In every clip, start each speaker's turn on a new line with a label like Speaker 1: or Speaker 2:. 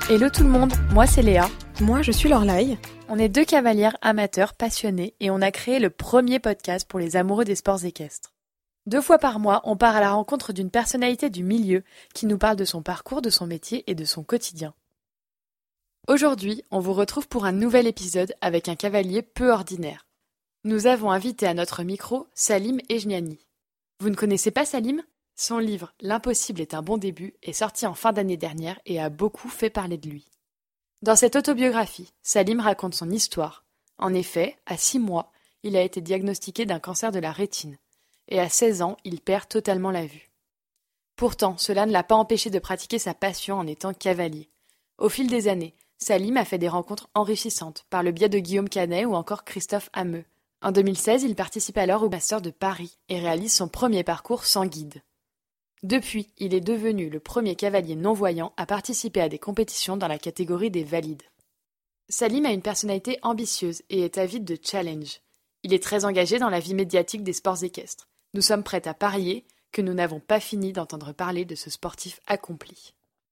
Speaker 1: Hello tout le monde, moi c'est Léa.
Speaker 2: Moi je suis Lorlaï.
Speaker 1: On est deux cavalières amateurs passionnés et on a créé le premier podcast pour les amoureux des sports équestres. 2 fois par mois, on part à la rencontre d'une personnalité du milieu qui nous parle de son parcours, de son métier et de son quotidien. Aujourd'hui, on vous retrouve pour un nouvel épisode avec un cavalier peu ordinaire. Nous avons invité à notre micro Salim Ejniani. Vous ne connaissez pas Salim ? Son livre « L'impossible est un bon début » est sorti en fin d'année dernière et a beaucoup fait parler de lui. Dans cette autobiographie, Salim raconte son histoire. En effet, à 6 mois, il a été diagnostiqué d'un cancer de la rétine. Et à 16 ans, il perd totalement la vue. Pourtant, cela ne l'a pas empêché de pratiquer sa passion en étant cavalier. Au fil des années, Salim a fait des rencontres enrichissantes par le biais de Guillaume Canet ou encore Christophe Hameux. En 2016, il participe alors au Master de Paris et réalise son premier parcours sans guide. Depuis, il est devenu le premier cavalier non-voyant à participer à des compétitions dans la catégorie des valides. Salim a une personnalité ambitieuse et est avide de challenge. Il est très engagé dans la vie médiatique des sports équestres. Nous sommes prêts à parier que nous n'avons pas fini d'entendre parler de ce sportif accompli.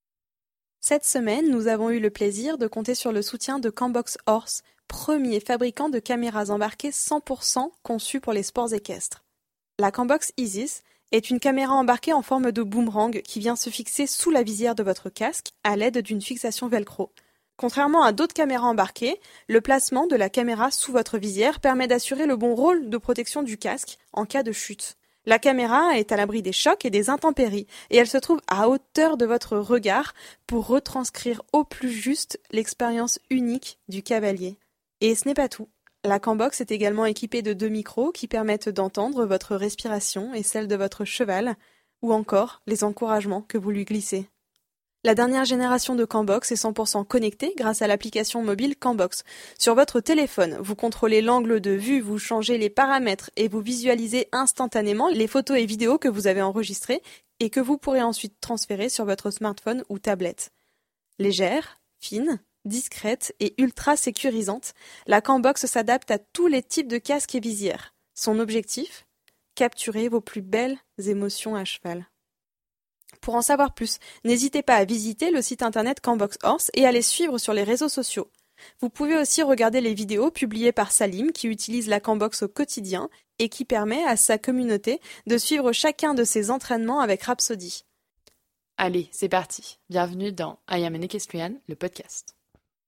Speaker 2: Cette semaine, nous avons eu le plaisir de compter sur le soutien de Cambox Horse, premier fabricant de caméras embarquées 100% conçues pour les sports équestres. La Cambox Isis est une caméra embarquée en forme de boomerang qui vient se fixer sous la visière de votre casque à l'aide d'une fixation velcro. Contrairement à d'autres caméras embarquées, le placement de la caméra sous votre visière permet d'assurer le bon rôle de protection du casque en cas de chute. La caméra est à l'abri des chocs et des intempéries et elle se trouve à hauteur de votre regard pour retranscrire au plus juste l'expérience unique du cavalier. Et ce n'est pas tout. La Cambox est également équipée de 2 micros qui permettent d'entendre votre respiration et celle de votre cheval, ou encore les encouragements que vous lui glissez. La dernière génération de Cambox est 100% connectée grâce à l'application mobile Cambox. Sur votre téléphone, vous contrôlez l'angle de vue, vous changez les paramètres et vous visualisez instantanément les photos et vidéos que vous avez enregistrées et que vous pourrez ensuite transférer sur votre smartphone ou tablette. Légère, fine, discrète et ultra sécurisante, la Cambox s'adapte à tous les types de casques et visières. Son objectif ? Capturer vos plus belles émotions à cheval. Pour en savoir plus, n'hésitez pas à visiter le site internet Cambox Horse et à les suivre sur les réseaux sociaux. Vous pouvez aussi regarder les vidéos publiées par Salim qui utilise la Cambox au quotidien et qui permet à sa communauté de suivre chacun de ses entraînements avec Rhapsody.
Speaker 1: Allez, c'est parti. Bienvenue dans I Am an Equestrian, le podcast.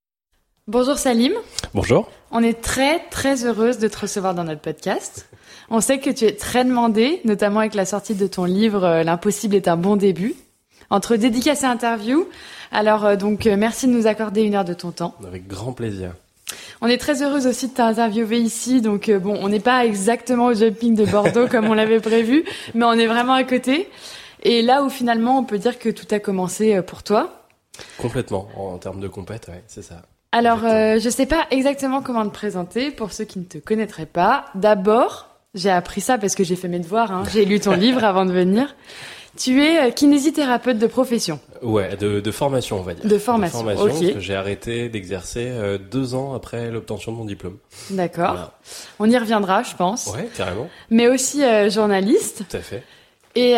Speaker 1: Bonjour Salim.
Speaker 3: Bonjour.
Speaker 1: On est très très heureuse de te recevoir dans notre podcast. On sait que tu es très demandé, notamment avec la sortie de ton livre « L'impossible est un bon début ». Entre dédicaces et interviews, alors merci de nous accorder 1 heure de ton temps.
Speaker 3: Avec grand plaisir.
Speaker 1: On est très heureuse aussi de t'interviewer ici, donc on n'est pas exactement au jumping de Bordeaux comme on l'avait prévu, mais on est vraiment à côté. Et là où finalement on peut dire que tout a commencé pour toi.
Speaker 3: Complètement, en termes de compète, ouais, c'est ça.
Speaker 1: Alors, je sais pas exactement comment te présenter pour ceux qui ne te connaîtraient pas. D'abord, j'ai appris ça parce que j'ai fait mes devoirs, j'ai lu ton livre avant de venir. Tu es kinésithérapeute de profession.
Speaker 3: Ouais, de formation, on va dire.
Speaker 1: De formation, ok.
Speaker 3: Parce que j'ai arrêté d'exercer 2 ans après l'obtention de mon diplôme.
Speaker 1: D'accord.
Speaker 3: Voilà.
Speaker 1: On y reviendra, je pense.
Speaker 3: Ouais, carrément.
Speaker 1: Mais aussi journaliste.
Speaker 3: Tout à fait.
Speaker 1: Et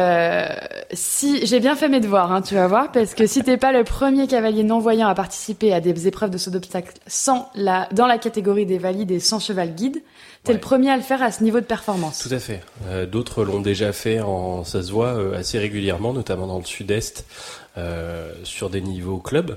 Speaker 1: si j'ai bien fait mes devoirs, tu vas voir, parce que si t'es pas le premier cavalier non-voyant à participer à des épreuves de saut d'obstacle dans la catégorie des valides et sans cheval guide, t'es le premier à le faire à ce niveau de performance.
Speaker 3: Tout à fait. D'autres l'ont déjà fait, ça se voit assez régulièrement, notamment dans le sud-est, sur des niveaux club.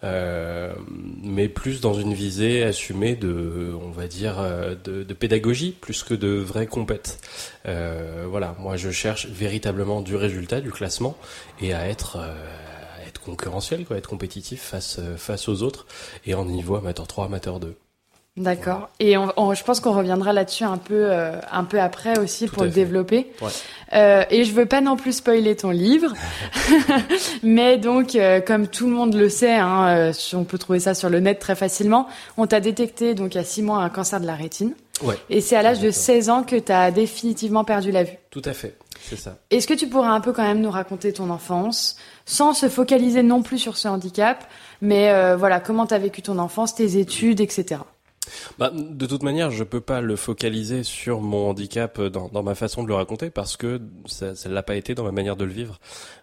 Speaker 3: Mais plus dans une visée assumée de pédagogie plus que de vraie compète. Voilà, moi je cherche véritablement du résultat, du classement et à être concurrentiel, quoi, être compétitif face aux autres et en niveau amateur 3, amateur 2.
Speaker 1: D'accord. Et je pense qu'on reviendra là-dessus un peu après aussi pour le développer. Ouais. Et je veux pas non plus spoiler ton livre, mais donc comme tout le monde le sait, on peut trouver ça sur le net très facilement. On t'a détecté donc à 6 mois un cancer de la rétine.
Speaker 3: Ouais.
Speaker 1: Et c'est à l'âge de 16 ans que t'as définitivement perdu la vue.
Speaker 3: Tout à fait, c'est ça.
Speaker 1: Est-ce que tu pourrais un peu quand même nous raconter ton enfance, sans se focaliser non plus sur ce handicap, mais comment t'as vécu ton enfance, tes études, etc.
Speaker 3: De toute manière, je peux pas le focaliser sur mon handicap dans ma façon de le raconter parce que ça l'a pas été dans ma manière de le vivre.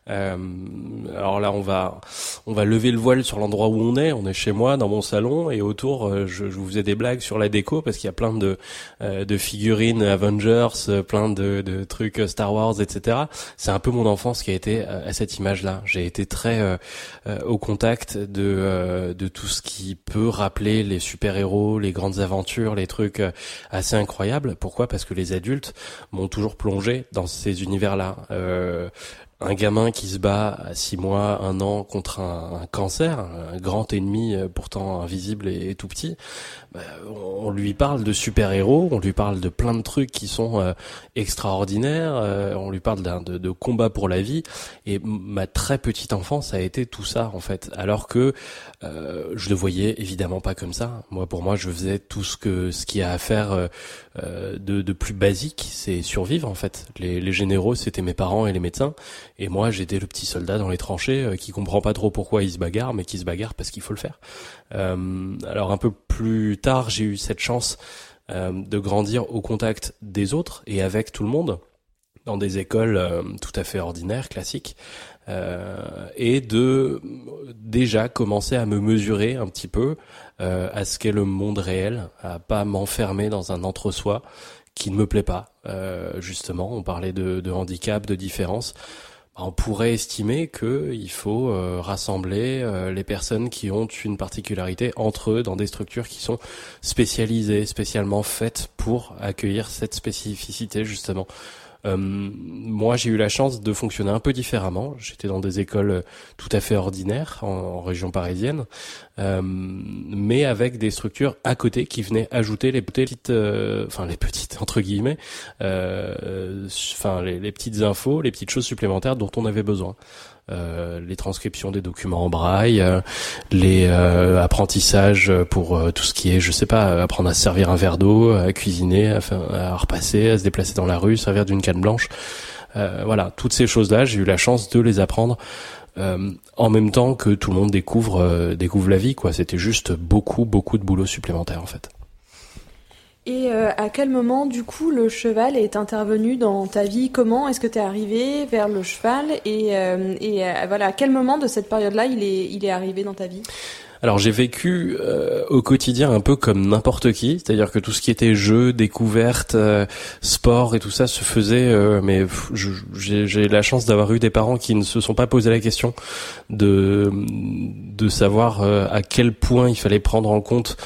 Speaker 3: Alors là, on va lever le voile sur l'endroit où on est. On est chez moi, dans mon salon, et autour, je vous faisais des blagues sur la déco parce qu'il y a plein de figurines Avengers, plein de trucs Star Wars, etc. C'est un peu mon enfance qui a été à cette image-là. J'ai été très au contact de tout ce qui peut rappeler les super-héros, les grandes aventures, les trucs assez incroyables. Pourquoi ? Parce que les adultes m'ont toujours plongé dans ces univers-là. Un gamin qui se bat à 6 mois, 1 an contre un cancer, un grand ennemi pourtant invisible et tout petit, on lui parle de super-héros, on lui parle de plein de trucs qui sont extraordinaires, on lui parle de combat pour la vie, et ma très petite enfance a été tout ça en fait, alors que je le voyais évidemment pas comme ça. Pour moi, je faisais tout ce qu'il y a à faire de plus basique, c'est survivre en fait. Les généraux, c'était mes parents et les médecins. Et moi, j'étais le petit soldat dans les tranchées qui comprend pas trop pourquoi il se bagarre, mais qui se bagarre parce qu'il faut le faire. Alors un peu plus tard, j'ai eu cette chance de grandir au contact des autres et avec tout le monde, dans des écoles tout à fait ordinaires, classiques, et de déjà commencer à me mesurer un petit peu à ce qu'est le monde réel, à pas m'enfermer dans un entre-soi qui ne me plaît pas. Justement, on parlait de handicap, de différence. On pourrait estimer qu'il faut rassembler les personnes qui ont une particularité entre eux dans des structures qui sont spécialisées, spécialement faites pour accueillir cette spécificité justement. Moi, j'ai eu la chance de fonctionner un peu différemment. J'étais dans des écoles tout à fait ordinaires en région parisienne, mais avec des structures à côté qui venaient ajouter les petites entre guillemets, les petites infos, les petites choses supplémentaires dont on avait besoin. Les transcriptions des documents en braille, les apprentissages pour tout ce qui est, je sais pas, apprendre à se servir un verre d'eau, à cuisiner, à repasser, à se déplacer dans la rue, servir d'une canne blanche. Voilà, toutes ces choses-là, j'ai eu la chance de les apprendre en même temps que tout le monde découvre la vie, quoi. C'était juste beaucoup de boulot supplémentaire en fait.
Speaker 2: Et à quel moment, du coup, le cheval est intervenu dans ta vie ? Comment est-ce que tu es arrivé vers le cheval ? Et voilà, à quel moment de cette période-là il est arrivé dans ta vie ?
Speaker 3: Alors j'ai vécu au quotidien un peu comme n'importe qui, c'est-à-dire que tout ce qui était jeux, découvertes, sport et tout ça se faisait, mais j'ai la chance d'avoir eu des parents qui ne se sont pas posé la question de savoir à quel point il fallait prendre en compte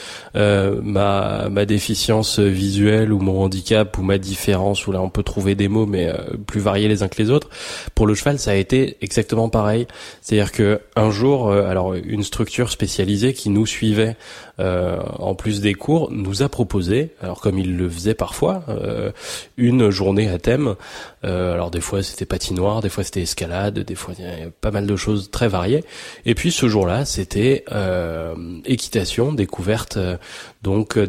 Speaker 3: ma déficience visuelle ou mon handicap ou ma différence, où là on peut trouver des mots mais plus variés les uns que les autres. Pour le cheval, ça a été exactement pareil, c'est-à-dire que un jour, alors une structure spécialisée qui nous suivait en plus des cours nous a proposé, alors comme il le faisait parfois, une journée à thème. Alors des fois c'était patinoire, des fois c'était escalade, des fois il y avait pas mal de choses très variées. Et puis ce jour-là c'était équitation, découverte donc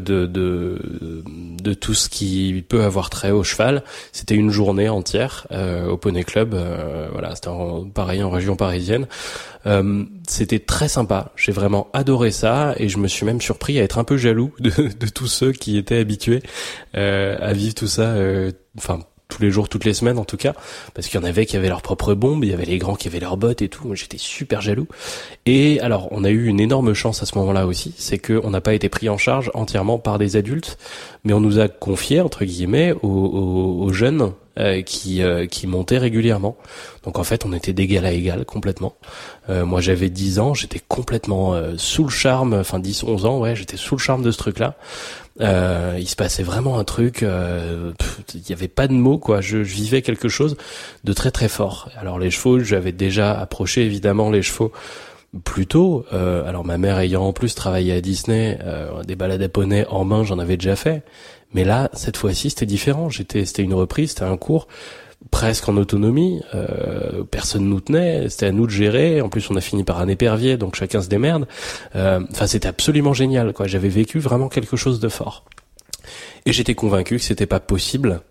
Speaker 3: de tout ce qui peut avoir trait au cheval. C'était une journée entière au Poney Club. Voilà, c'était pareil en région parisienne. C'était très sympa. J'ai vraiment adoré ça et je me suis même surpris à être un peu jaloux de tous ceux qui étaient habitués à vivre tout ça. Tous les jours, toutes les semaines en tout cas, parce qu'il y en avait qui avaient leurs propres bombes, il y avait les grands qui avaient leurs bottes et tout. Moi, j'étais super jaloux. Et alors, on a eu une énorme chance à ce moment-là aussi, c'est que on n'a pas été pris en charge entièrement par des adultes, mais on nous a confié entre guillemets aux jeunes qui montaient régulièrement. Donc en fait, on était d'égal à égal complètement. Moi, j'avais 10 ans, j'étais complètement sous le charme, 10, 11 ans, ouais, j'étais sous le charme de ce truc-là. Il se passait vraiment un truc, il y avait pas de mots, quoi. Je vivais quelque chose de très très fort. Alors les chevaux, j'avais déjà approché évidemment les chevaux plus tôt. Alors ma mère ayant en plus travaillé à Disney, des balades à poney en main, j'en avais déjà fait. Mais là, cette fois-ci, c'était différent. C'était une reprise, c'était un cours presque en autonomie. Personne nous tenait, c'était à nous de gérer. En plus, on a fini par un épervier, donc chacun se démerde. C'était absolument génial, quoi. J'avais vécu vraiment quelque chose de fort. Et j'étais convaincu que c'était pas possible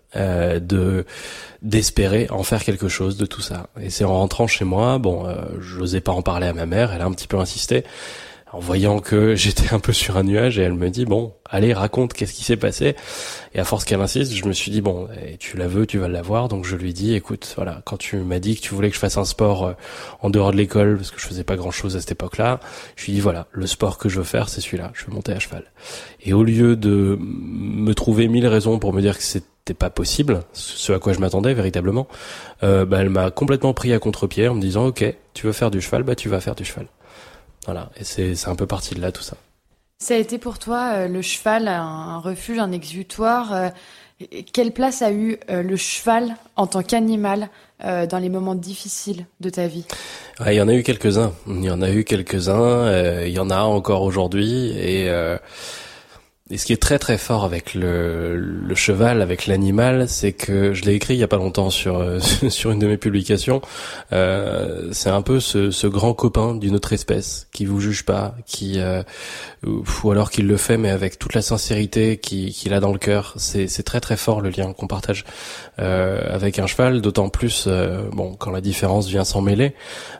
Speaker 3: d'espérer en faire quelque chose de tout ça. Et c'est en rentrant chez moi, j'osais pas en parler à ma mère, elle a un petit peu insisté. en voyant que j'étais un peu sur un nuage, et elle me dit bon, allez, raconte, qu'est-ce qui s'est passé? Et à force qu'elle insiste, je me suis dit bon, tu la veux, tu vas l'avoir. Donc je lui dis écoute, voilà, quand tu m'as dit que tu voulais que je fasse un sport en dehors de l'école, parce que je faisais pas grand-chose à cette époque-là, je lui dis voilà, le sport que je veux faire, c'est celui-là, je veux monter à cheval. Et au lieu de me trouver 1000 raisons pour me dire que c'était pas possible, ce à quoi je m'attendais véritablement, elle m'a complètement pris à contre-pied en me disant ok, tu veux faire du cheval, tu vas faire du cheval. Voilà, et c'est un peu parti de là tout ça.
Speaker 1: Ça a été pour toi le cheval un refuge, un exutoire. Quelle place a eu le cheval en tant qu'animal dans les moments difficiles de ta vie?
Speaker 3: Il y en a eu quelques-uns. Il y en a encore aujourd'hui. Et ce qui est très très fort avec le cheval, avec l'animal, c'est que je l'ai écrit il y a pas longtemps sur sur une de mes publications. C'est un peu ce grand copain d'une autre espèce qui vous juge pas, ou alors qu'il le fait mais avec toute la sincérité qu'il a dans le cœur. C'est très très fort le lien qu'on partage avec un cheval, d'autant plus quand la différence vient s'en mêler.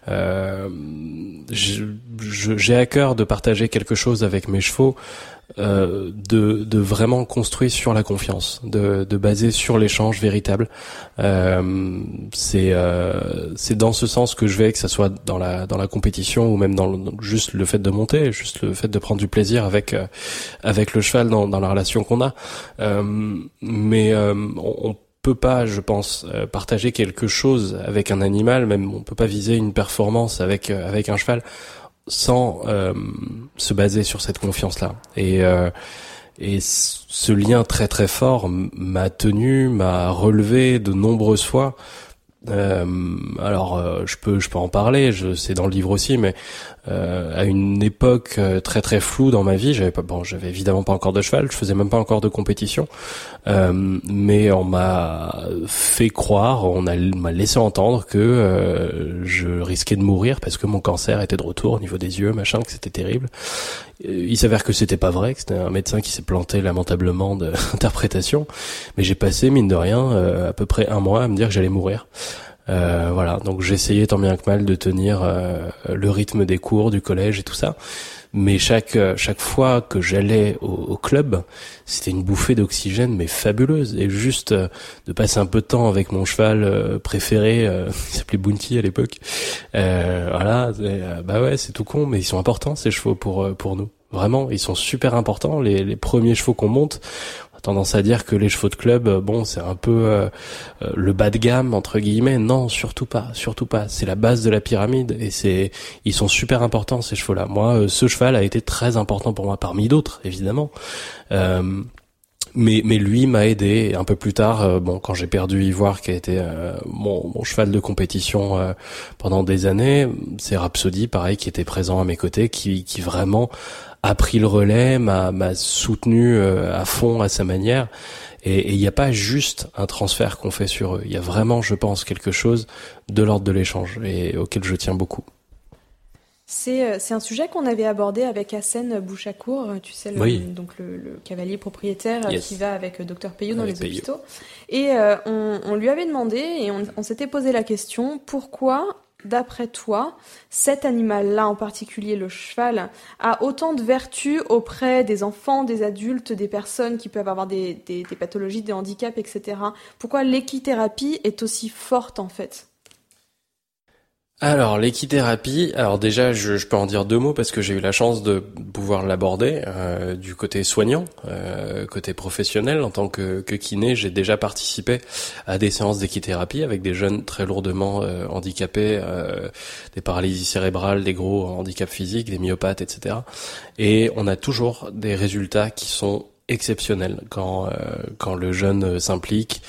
Speaker 3: J'ai à cœur de partager quelque chose avec mes chevaux. De vraiment construire sur la confiance, de baser sur l'échange véritable. C'est dans ce sens que je vais, que ça soit dans la compétition ou même dans juste le fait de monter, juste le fait de prendre du plaisir avec le cheval dans la relation qu'on a. On peut pas, je pense, partager quelque chose avec un animal, même on peut pas viser une performance avec un cheval sans se baser sur cette confiance-là. Et ce lien très très fort m'a relevé de nombreuses fois. Je peux en parler, c'est dans le livre aussi, mais à une époque très très floue dans ma vie, j'avais évidemment pas encore de cheval, je faisais même pas encore de compétition, mais on m'a fait croire, m'a laissé entendre que je risquais de mourir parce que mon cancer était de retour au niveau des yeux, machin, que c'était terrible. Il s'avère que c'était pas vrai, que c'était un médecin qui s'est planté lamentablement d'interprétation, mais j'ai passé mine de rien à peu près 1 mois à me dire que j'allais mourir. Voilà, donc j'essayais tant bien que mal de tenir le rythme des cours, du collège et tout ça. Mais chaque fois que j'allais au club, c'était une bouffée d'oxygène mais fabuleuse. Et juste de passer un peu de temps avec mon cheval préféré, qui s'appelait Bounty à l'époque. Voilà, c'est tout con, mais ils sont importants ces chevaux pour nous. Vraiment, ils sont super importants. Les premiers chevaux qu'on monte, tendance à dire que les chevaux de club, c'est un peu le bas de gamme entre guillemets. Non, surtout pas. C'est la base de la pyramide et ils sont super importants ces chevaux-là. Moi, ce cheval a été très important pour moi parmi d'autres, évidemment. Mais lui m'a aidé. Et un peu plus tard, quand j'ai perdu Ivoire, qui a été mon cheval de compétition pendant des années, c'est Rhapsody, pareil, qui était présent à mes côtés, qui vraiment a pris le relais, m'a soutenu à fond à sa manière. Et il n'y a pas juste un transfert qu'on fait sur eux. Il y a vraiment, je pense, quelque chose de l'ordre de l'échange et auquel je tiens beaucoup.
Speaker 2: C'est un sujet qu'on avait abordé avec Hassen Bouchakour, tu sais, donc le cavalier propriétaire qui va avec Dr Peyo dans les hôpitaux. Et on lui avait demandé, et on s'était posé la question, pourquoi, d'après toi, cet animal-là en particulier, le cheval, a autant de vertus auprès des enfants, des adultes, des personnes qui peuvent avoir des pathologies, des handicaps, etc. Pourquoi l'équithérapie est aussi forte en fait ?
Speaker 3: Alors l'équithérapie, déjà je peux en dire 2 mots parce que j'ai eu la chance de pouvoir l'aborder du côté soignant, côté professionnel. En tant que kiné, j'ai déjà participé à des séances d'équithérapie avec des jeunes très lourdement handicapés, des paralysies cérébrales, des gros handicaps physiques, des myopathes, etc. Et on a toujours des résultats qui sont exceptionnel quand le jeune s'implique.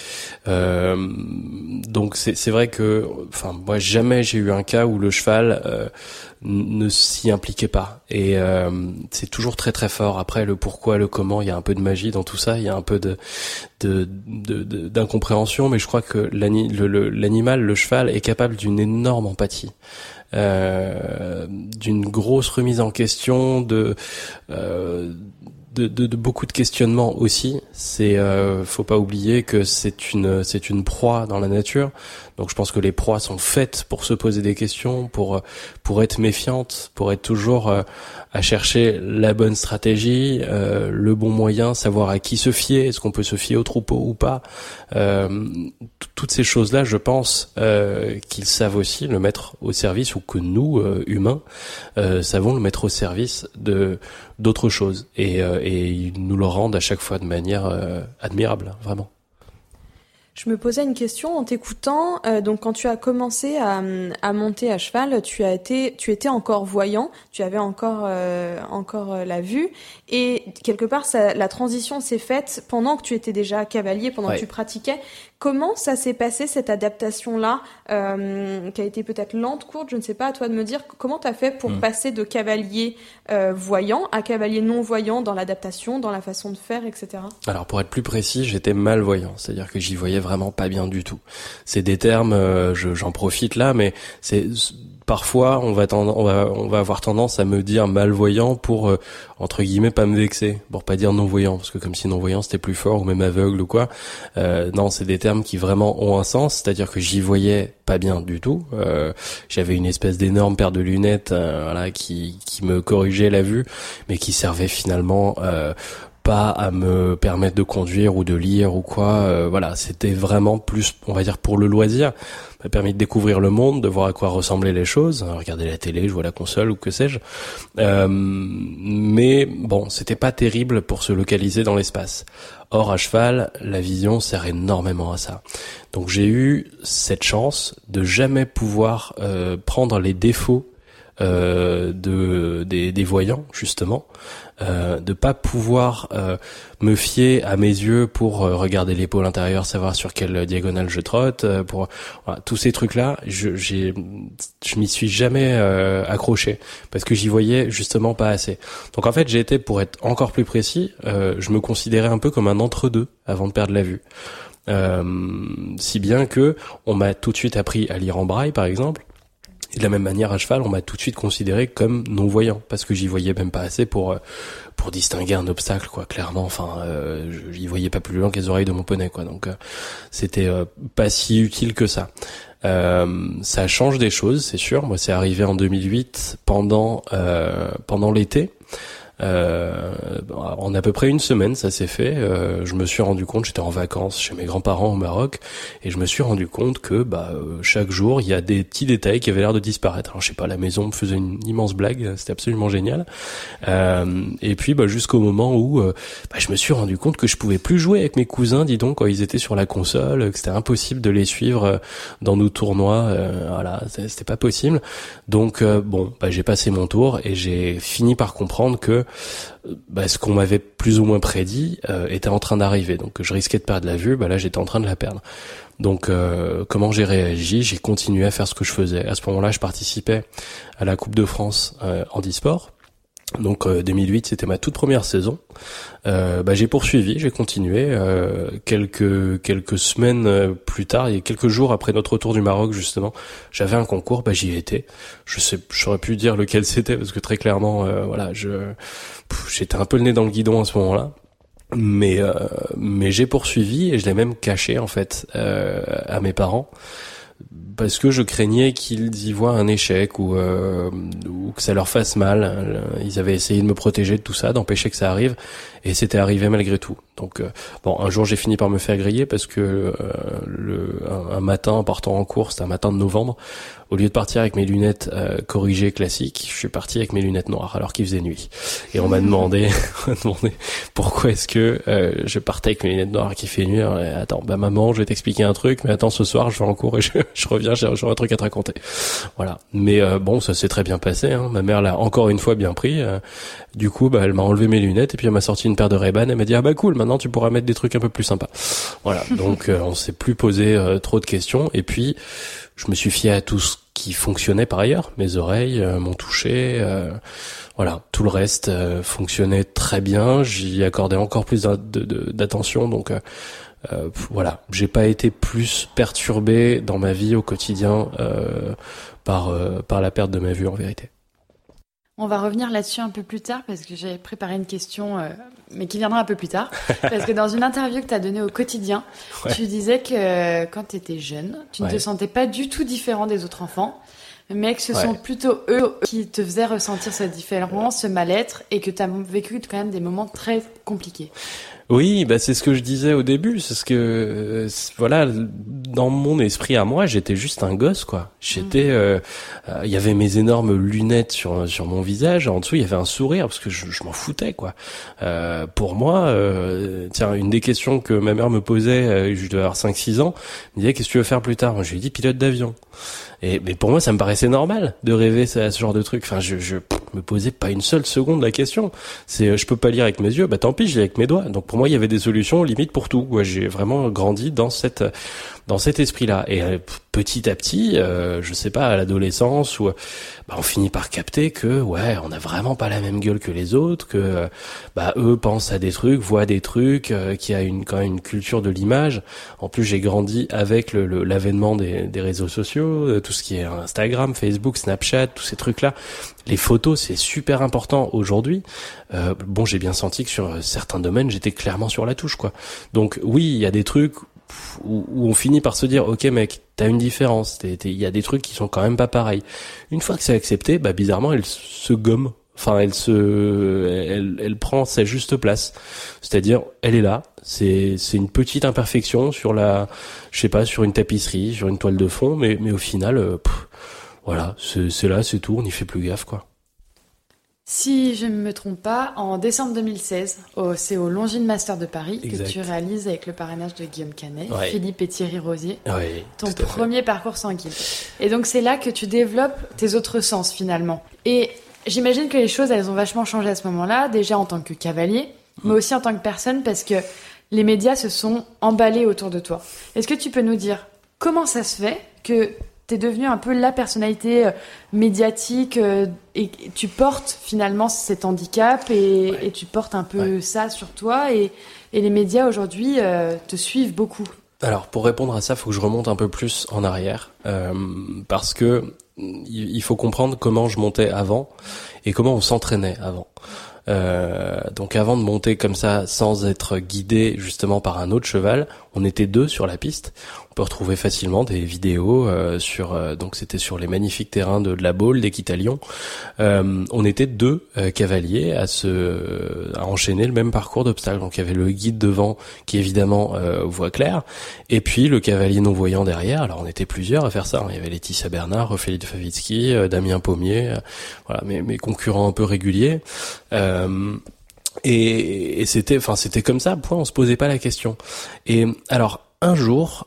Speaker 3: Donc c'est vrai que moi jamais j'ai eu un cas où le cheval ne s'y impliquait pas et c'est toujours très très fort. Après le pourquoi, le comment, il y a un peu de magie dans tout ça, il y a un peu d'incompréhension, mais je crois que l'animal, le cheval est capable d'une énorme empathie. D'une grosse remise en question de beaucoup de questionnements aussi. Faut pas oublier que c'est une proie dans la nature. Donc je pense que les proies sont faites pour se poser des questions, pour être méfiantes, pour être toujours à chercher la bonne stratégie, le bon moyen, savoir à qui se fier, est-ce qu'on peut se fier au troupeau ou pas. Toutes ces choses-là, je pense qu'ils savent aussi le mettre au service, ou que nous, humains, savons le mettre au service d'autres choses. Et ils nous le rendent à chaque fois de manière admirable, vraiment.
Speaker 2: Je me posais une question en t'écoutant. Donc, quand tu as commencé à monter à cheval, tu étais encore voyant, tu avais encore la vue, et quelque part, la transition s'est faite pendant que tu étais déjà cavalier, pendant que tu pratiquais. Comment ça s'est passé, cette adaptation-là, qui a été peut-être lente, courte, je ne sais pas, à toi de me dire. Comment tu as fait pour passer de cavalier voyant à cavalier non-voyant dans l'adaptation, dans la façon de faire, etc.
Speaker 3: Alors, pour être plus précis, j'étais malvoyant, c'est-à-dire que j'y voyais vraiment pas bien du tout. C'est des termes, j'en profite là, mais parfois on va avoir tendance à me dire malvoyant pour entre guillemets pas me vexer, pour pas dire non-voyant, parce que comme si non-voyant c'était plus fort, ou même aveugle ou quoi. Non, c'est des termes qui vraiment ont un sens, c'est-à-dire que j'y voyais pas bien du tout. J'avais une espèce d'énorme paire de lunettes qui me corrigeait la vue, mais qui servait finalement pas à me permettre de conduire ou de lire ou quoi. Voilà, c'était vraiment plus, on va dire, pour le loisir. Ça m'a permis de découvrir le monde, de voir à quoi ressemblaient les choses, regarder la télé, jouer à la console ou que sais-je. Mais bon, c'était pas terrible pour se localiser dans l'espace. Or, à cheval, la vision sert énormément à ça. Donc j'ai eu cette chance de jamais pouvoir prendre les défauts des voyants, justement, de pas pouvoir me fier à mes yeux pour regarder l'épaule intérieure, savoir sur quelle diagonale je trotte, voilà, tous ces trucs-là, je m'y suis jamais accroché parce que j'y voyais justement pas assez. Donc en fait, j'ai été, pour être encore plus précis, je me considérais un peu comme un entre-deux avant de perdre la vue. Si bien que on m'a tout de suite appris à lire en braille, par exemple. Et de la même manière, à cheval, on m'a tout de suite considéré comme non-voyant, parce que j'y voyais même pas assez pour distinguer un obstacle, quoi. Clairement, enfin, j'y voyais pas plus loin que les oreilles de mon poney, quoi. Donc, c'était pas si utile que ça. Ça change des choses, c'est sûr. Moi, c'est arrivé en 2008, pendant l'été. En à peu près une semaine, ça s'est fait. Je me suis rendu compte, j'étais en vacances chez mes grands-parents au Maroc, et je me suis rendu compte que chaque jour il y a des petits détails qui avaient l'air de disparaître. Alors je sais pas, la maison me faisait une immense blague, c'était absolument génial. Et puis jusqu'au moment où je me suis rendu compte que je pouvais plus jouer avec mes cousins, dis donc, quand ils étaient sur la console, que c'était impossible de les suivre dans nos tournois. Voilà, c'était pas possible. Donc j'ai passé mon tour et j'ai fini par comprendre que ce qu'on m'avait plus ou moins prédit était en train d'arriver. Donc je risquais de perdre la vue, là j'étais en train de la perdre. Donc comment j'ai réagi? J'ai continué à faire ce que je faisais. À ce moment-là, je participais à la Coupe de France handisport. Donc 2008, c'était ma toute première saison. J'ai poursuivi, j'ai continué. Quelques semaines plus tard, et quelques jours après notre retour du Maroc, justement, j'avais un concours. J'y étais. J'aurais pu dire lequel c'était, parce que très clairement, j'étais un peu le nez dans le guidon à ce moment-là. Mais j'ai poursuivi, et je l'ai même caché en fait à mes parents, parce que je craignais qu'ils y voient un échec ou que ça leur fasse mal. Ils avaient essayé de me protéger de tout ça, d'empêcher que ça arrive, et c'était arrivé malgré tout. Donc un jour j'ai fini par me faire griller parce que un matin, en partant en cours, c'était un matin de novembre, au lieu de partir avec mes lunettes corrigées classiques, je suis parti avec mes lunettes noires alors qu'il faisait nuit. Et on m'a demandé pourquoi est-ce que je partais avec mes lunettes noires qui fait nuit. Alors, attends, maman, je vais t'expliquer un truc, mais attends, ce soir je vais en cours et je reviens, j'ai un truc à te raconter. Voilà. Mais ça s'est très bien passé, hein. Ma mère l'a encore une fois bien pris. Du coup, elle m'a enlevé mes lunettes et puis elle m'a sorti une paire de Ray-Ban. Elle m'a dit cool, maintenant tu pourras mettre des trucs un peu plus sympas. Voilà. Donc on s'est plus posé trop de questions, et puis je me suis fié à tout ce qui fonctionnait par ailleurs, mes oreilles, mon toucher, voilà, tout le reste fonctionnait très bien. J'y accordais encore plus d'attention, donc voilà, j'ai pas été plus perturbé dans ma vie au quotidien par la perte de ma vue, en vérité.
Speaker 1: On va revenir là-dessus un peu plus tard parce que j'avais préparé une question, mais qui viendra un peu plus tard. Parce que dans une interview que tu as donnée au Quotidien, tu disais que quand tu étais jeune, tu ne te sentais pas du tout différent des autres enfants, mais que ce sont plutôt eux qui te faisaient ressentir cette différence, ce mal-être, et que tu as vécu quand même des moments très compliqués.
Speaker 3: Oui, bah c'est ce que je disais au début, c'est ce que voilà, dans mon esprit à moi, j'étais juste un gosse quoi. J'étais il y avait mes énormes lunettes sur mon visage, en dessous il y avait un sourire parce que je m'en foutais quoi. Pour moi tiens, une des questions que ma mère me posait, je devais avoir 5-6 ans, elle me disait qu'est-ce que tu veux faire plus tard? Moi je lui ai dit pilote d'avion. Mais pour moi ça me paraissait normal de rêver à ce genre de truc. Enfin je me posais pas une seule seconde la question. C'est je peux pas lire avec mes yeux, bah tant pis, je lis avec mes doigts. Donc pour moi il y avait des solutions limite pour tout. Ouais, j'ai vraiment grandi dans cet esprit-là. Et petit à petit, je sais pas, à l'adolescence, où on finit par capter que on n'a vraiment pas la même gueule que les autres, que eux pensent à des trucs, voient des trucs, qu'il y a quand même une culture de l'image. En plus, j'ai grandi avec l'avènement des réseaux sociaux, tout ce qui est Instagram, Facebook, Snapchat, tous ces trucs-là. Les photos, c'est super important aujourd'hui. J'ai bien senti que sur certains domaines, j'étais clairement sur la touche, quoi. Donc oui, il y a des trucs où on finit par se dire ok mec, t'as une différence, il y a des trucs qui sont quand même pas pareils. Une fois que c'est accepté, bizarrement elle se gomme, enfin elle prend sa juste place, c'est-à-dire elle est là, c'est une petite imperfection sur sur une tapisserie, sur une toile de fond, mais au final voilà, c'est là, c'est tout, on n'y fait plus gaffe quoi.
Speaker 1: Si je ne me trompe pas, en décembre 2016, c'est au Longines Master de Paris que tu réalises avec le parrainage de Guillaume Canet, Philippe et Thierry Rosier, ton premier parcours sans guide. Et donc c'est là que tu développes tes autres sens finalement. Et j'imagine que les choses, elles ont vachement changé à ce moment-là, déjà en tant que cavalier, mais aussi en tant que personne, parce que les médias se sont emballés autour de toi. Est-ce que tu peux nous dire comment ça se fait que t'es devenu un peu la personnalité médiatique et tu portes finalement cet handicap et tu portes un peu ça sur toi et les médias aujourd'hui te suivent beaucoup.
Speaker 3: Alors pour répondre à ça, il faut que je remonte un peu plus en arrière parce que il faut comprendre comment je montais avant et comment on s'entraînait avant. Donc avant de monter comme ça sans être guidé justement par un autre cheval, on était 2 sur la piste. On peut retrouver facilement des vidéos donc c'était sur les magnifiques terrains de la Baule, d'Équitalion. On était 2 cavaliers à enchaîner le même parcours d'obstacles. Donc il y avait le guide devant qui évidemment voit clair, et puis le cavalier non voyant derrière. Alors on était plusieurs à faire ça. Il y avait Laetitia Bernard, Ophélie de Favitsky, Damien Pommier, voilà mes concurrents un peu réguliers. Et c'était comme ça, point, on se posait pas la question. Et alors un jour,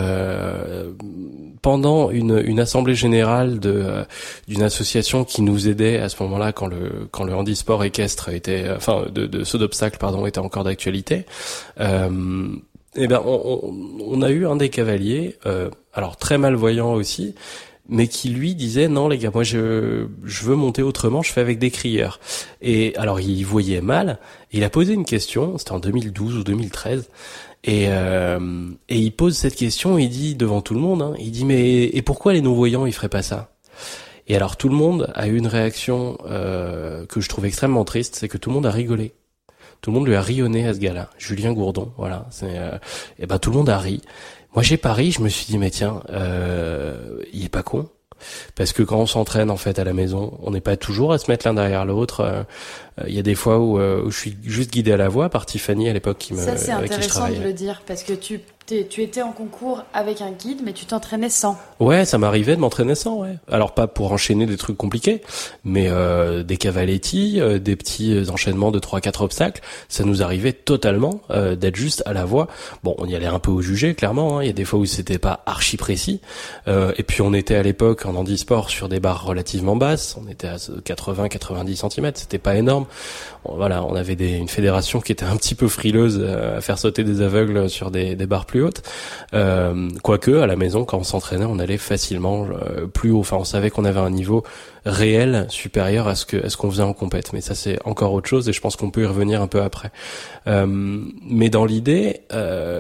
Speaker 3: pendant une assemblée générale d'une association qui nous aidait à ce moment-là quand le handisport équestre de saut d'obstacle était encore d'actualité, on a eu un des cavaliers, alors très malvoyant aussi, mais qui lui disait non les gars, moi je veux monter autrement, je fais avec des crieurs. Et alors il voyait mal, il a posé une question, c'était en 2012 ou 2013, et il pose cette question, il dit devant tout le monde, il dit mais pourquoi les non-voyants ils feraient pas ça? Et alors tout le monde a eu une réaction que je trouve extrêmement triste, c'est que tout le monde a rigolé. Tout le monde lui a rionné à ce gars-là, Julien Gourdon, voilà. Tout le monde a ri. Moi j'ai pas ri, je me suis dit mais tiens, il est pas con, parce que quand on s'entraîne en fait à la maison, on n'est pas toujours à se mettre l'un derrière l'autre. Il y a des fois où je suis juste guidé à la voix par Tiffany à l'époque
Speaker 1: ça c'est intéressant de le dire, parce que tu étais en concours avec un guide, mais tu t'entraînais sans.
Speaker 3: Ouais, ça m'arrivait de m'entraîner sans, Alors pas pour enchaîner des trucs compliqués, mais des cavaletti, des petits enchaînements de 3-4 obstacles, ça nous arrivait totalement d'être juste à la voix. Bon, on y allait un peu au jugé, clairement, il y a des fois où c'était pas archi précis. Et puis on était à l'époque en handisport sur des barres relativement basses, on était à 80-90 cm, c'était pas énorme. Voilà, on avait une fédération qui était un petit peu frileuse à faire sauter des aveugles sur des barres plus hautes. Quoique, à la maison, quand on s'entraînait, on allait facilement plus haut. Enfin, on savait qu'on avait un niveau réel supérieur à ce qu'on faisait en compète. Mais ça, c'est encore autre chose et je pense qu'on peut y revenir un peu après. Mais dans l'idée,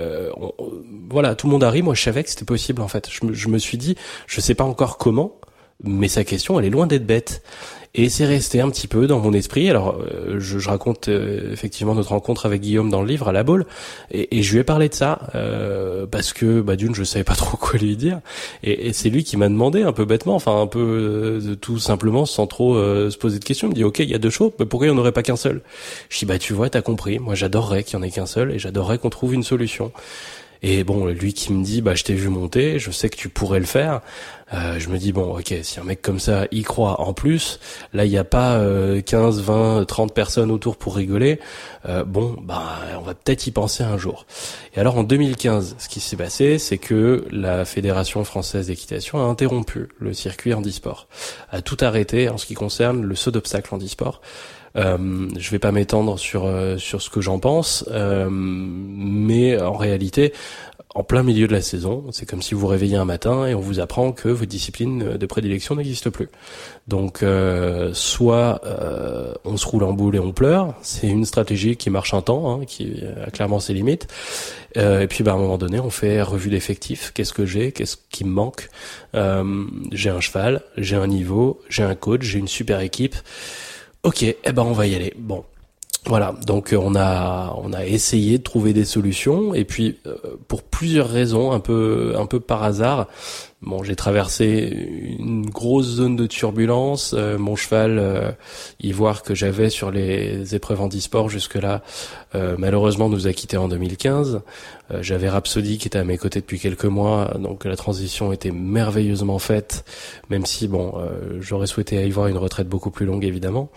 Speaker 3: voilà, tout le monde a ri. Moi, je savais que c'était possible, en fait. Je me suis dit, je sais pas encore comment, mais sa question, elle est loin d'être bête. Et c'est resté un petit peu dans mon esprit. Alors, je raconte effectivement notre rencontre avec Guillaume dans le livre à la Baule, et je lui ai parlé de ça parce que d'une, je savais pas trop quoi lui dire, et c'est lui qui m'a demandé un peu bêtement, enfin un peu tout simplement sans trop se poser de questions. Il me dit ok, il y a 2 chevaux, mais pourquoi il n'y en aurait pas qu'un seul? Je dis tu vois, t'as compris. Moi, j'adorerais qu'il y en ait qu'un seul, et j'adorerais qu'on trouve une solution. Et bon, lui qui me dit je t'ai vu monter, je sais que tu pourrais le faire. Je me dis ok, si un mec comme ça y croit en plus, là il y a pas 15, 20, 30 personnes autour pour rigoler. On va peut-être y penser un jour. Et alors en 2015, ce qui s'est passé, c'est que la Fédération française d'équitation a interrompu le circuit handisport, a tout arrêté en ce qui concerne le saut d'obstacle handisport. Je vais pas m'étendre sur ce que j'en pense, mais en réalité, en plein milieu de la saison, c'est comme si vous vous réveillez un matin et on vous apprend que votre discipline de prédilection n'existe plus. Donc, soit on se roule en boule et on pleure, c'est une stratégie qui marche un temps, qui a clairement ses limites. Et puis, à un moment donné, on fait revue d'effectifs. Qu'est-ce que j'ai? Qu'est-ce qui me manque? J'ai un cheval, j'ai un niveau, j'ai un coach, j'ai une super équipe. Ok, on va y aller. Bon, voilà. Donc on a essayé de trouver des solutions, et puis pour plusieurs raisons, un peu par hasard. Bon, j'ai traversé une grosse zone de turbulence. Mon cheval, Ivoire, que j'avais sur les épreuves handisport jusque-là, malheureusement nous a quittés en 2015. J'avais Rhapsody qui était à mes côtés depuis quelques mois, donc la transition était merveilleusement faite, même si j'aurais souhaité à Ivoire une retraite beaucoup plus longue évidemment.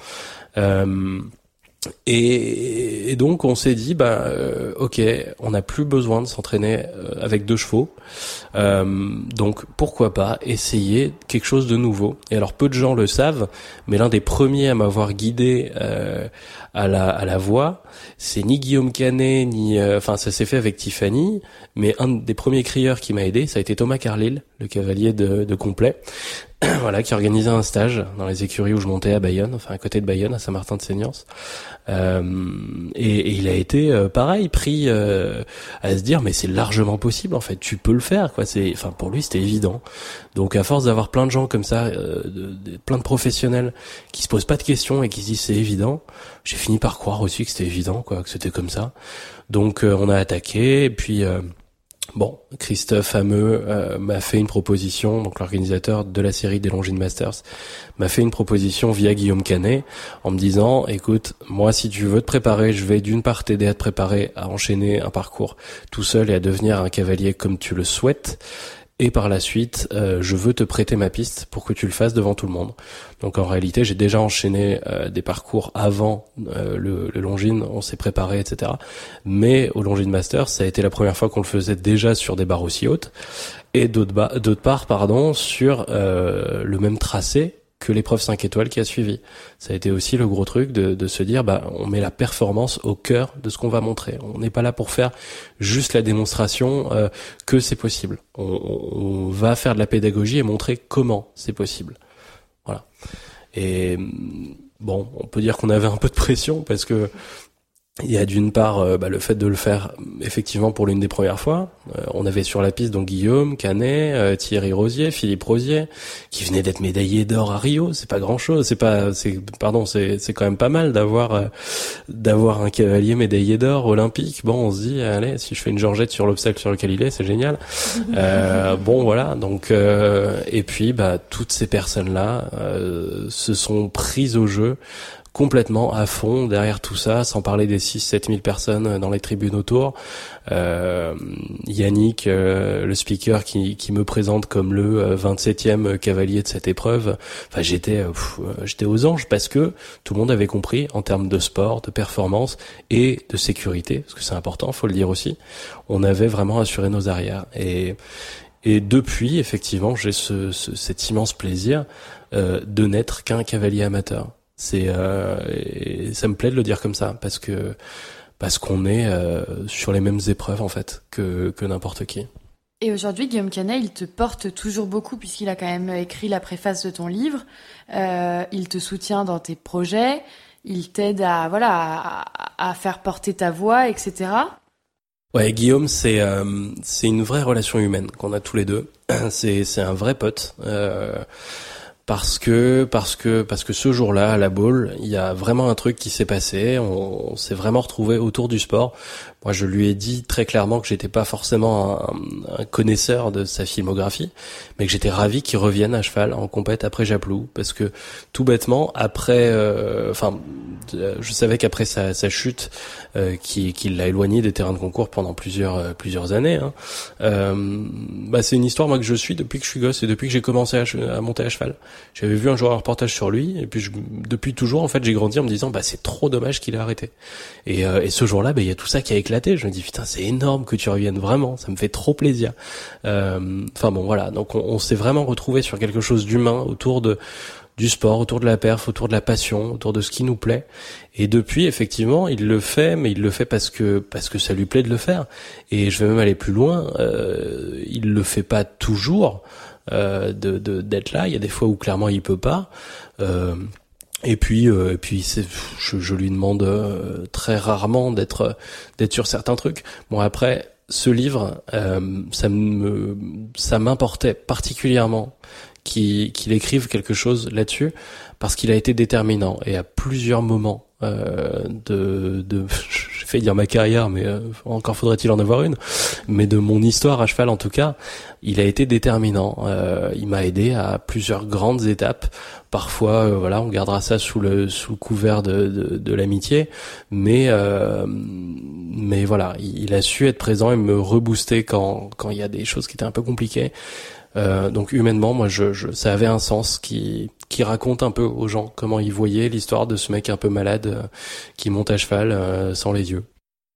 Speaker 3: Et donc on s'est dit ok, on n'a plus besoin de s'entraîner avec 2 chevaux, donc pourquoi pas essayer quelque chose de nouveau. Et alors peu de gens le savent, mais l'un des premiers à m'avoir guidé à la voie, c'est ni Guillaume Canet ni ça s'est fait avec Tiffany, mais un des premiers crieurs qui m'a aidé, ça a été Thomas Carlyle, le cavalier de Complet. Voilà, qui organisait un stage dans les écuries où je montais à Bayonne, enfin à côté de Bayonne, à Saint-Martin-de-Seignance. Et il a été pareil, pris à se dire mais c'est largement possible en fait, tu peux le faire quoi. Pour lui c'était évident. Donc à force d'avoir plein de gens comme ça, plein de professionnels qui se posent pas de questions et qui se disent c'est évident, j'ai fini par croire aussi que c'était évident quoi, que c'était comme ça. Donc on a attaqué, et puis Christophe Hameux m'a fait une proposition, donc l'organisateur de la série des Longines Masters, m'a fait une proposition via Guillaume Canet en me disant écoute, moi si tu veux te préparer, je vais d'une part t'aider à te préparer à enchaîner un parcours tout seul et à devenir un cavalier comme tu le souhaites, et par la suite je veux te prêter ma piste pour que tu le fasses devant tout le monde. Donc en réalité j'ai déjà enchaîné des parcours avant le Longines, on s'est préparé etc. Mais au Longines Masters ça a été la première fois qu'on le faisait déjà sur des barres aussi hautes, et d'autre part sur le même tracé que l'épreuve 5 étoiles qui a suivi. Ça a été aussi le gros truc de se dire on met la performance au cœur de ce qu'on va montrer. On n'est pas là pour faire juste la démonstration que c'est possible. On va faire de la pédagogie et montrer comment c'est possible. Voilà. Et on peut dire qu'on avait un peu de pression parce que il y a d'une part le fait de le faire effectivement pour l'une des premières fois. On avait sur la piste donc Guillaume Canet, Thierry Rosier, Philippe Rosier, qui venait d'être médaillé d'or à Rio. C'est pas grand chose, c'est quand même pas mal d'avoir un cavalier médaillé d'or olympique. Bon, on se dit allez, si je fais une Georgette sur l'obstacle sur lequel il est, c'est génial. Voilà, donc et puis toutes ces personnes là se sont prises au jeu complètement à fond derrière tout ça, sans parler des 6-7 000 personnes dans les tribunes autour. Yannick, le speaker qui me présente comme le 27e cavalier de cette épreuve. Enfin, j'étais aux anges parce que tout le monde avait compris en termes de sport, de performance et de sécurité, parce que c'est important, faut le dire aussi. On avait vraiment assuré nos arrières. Et depuis, effectivement, j'ai cet immense plaisir de n'être qu'un cavalier amateur. Et ça me plaît de le dire comme ça parce qu'on est sur les mêmes épreuves en fait que n'importe qui.
Speaker 1: Et aujourd'hui, Guillaume Canet, il te porte toujours beaucoup puisqu'il a quand même écrit la préface de ton livre. Il te soutient dans tes projets, il t'aide à faire porter ta voix, etc.
Speaker 3: Ouais, Guillaume, c'est une vraie relation humaine qu'on a tous les deux. C'est un vrai pote. parce que ce jour-là à la bowl, il y a vraiment un truc qui s'est passé. On s'est vraiment retrouvé autour du sport. Moi, je lui ai dit très clairement que j'étais pas forcément un connaisseur de sa filmographie, mais que j'étais ravi qu'il revienne à cheval en compète après Japlou, parce que tout bêtement, après, je savais qu'après sa chute, qui l'a éloigné des terrains de concours pendant plusieurs années. C'est une histoire moi que je suis depuis que je suis gosse et depuis que j'ai commencé à monter à cheval. J'avais vu un jour un reportage sur lui, et puis depuis toujours en fait j'ai grandi en me disant c'est trop dommage qu'il ait arrêté. Et ce jour-là, il y a tout ça qui a éclaté. Je me dis putain, c'est énorme que tu reviennes, vraiment, ça me fait trop plaisir. Voilà, donc on s'est vraiment retrouvé sur quelque chose d'humain autour du sport, autour de la perf, autour de la passion, autour de ce qui nous plaît. Et depuis, effectivement, il le fait, mais il le fait parce que ça lui plaît de le faire. Et je vais même aller plus loin, il le fait pas toujours d'être là. Il y a des fois où clairement il peut pas. Et puis je lui demande très rarement d'être sur certains trucs. Bon, après ce livre, ça m'importait particulièrement qu'il écrive quelque chose là-dessus, parce qu'il a été déterminant, et à plusieurs moments j'ai failli dire ma carrière, mais encore faudrait-il en avoir une, mais de mon histoire à cheval en tout cas, il a été déterminant. Il m'a aidé à plusieurs grandes étapes. Parfois, on gardera ça sous le couvert de l'amitié, mais voilà, il a su être présent et me rebooster quand il y a des choses qui étaient un peu compliquées. Donc humainement, moi, ça avait un sens qui raconte un peu aux gens comment ils voyaient l'histoire de ce mec un peu malade qui monte à cheval sans les yeux.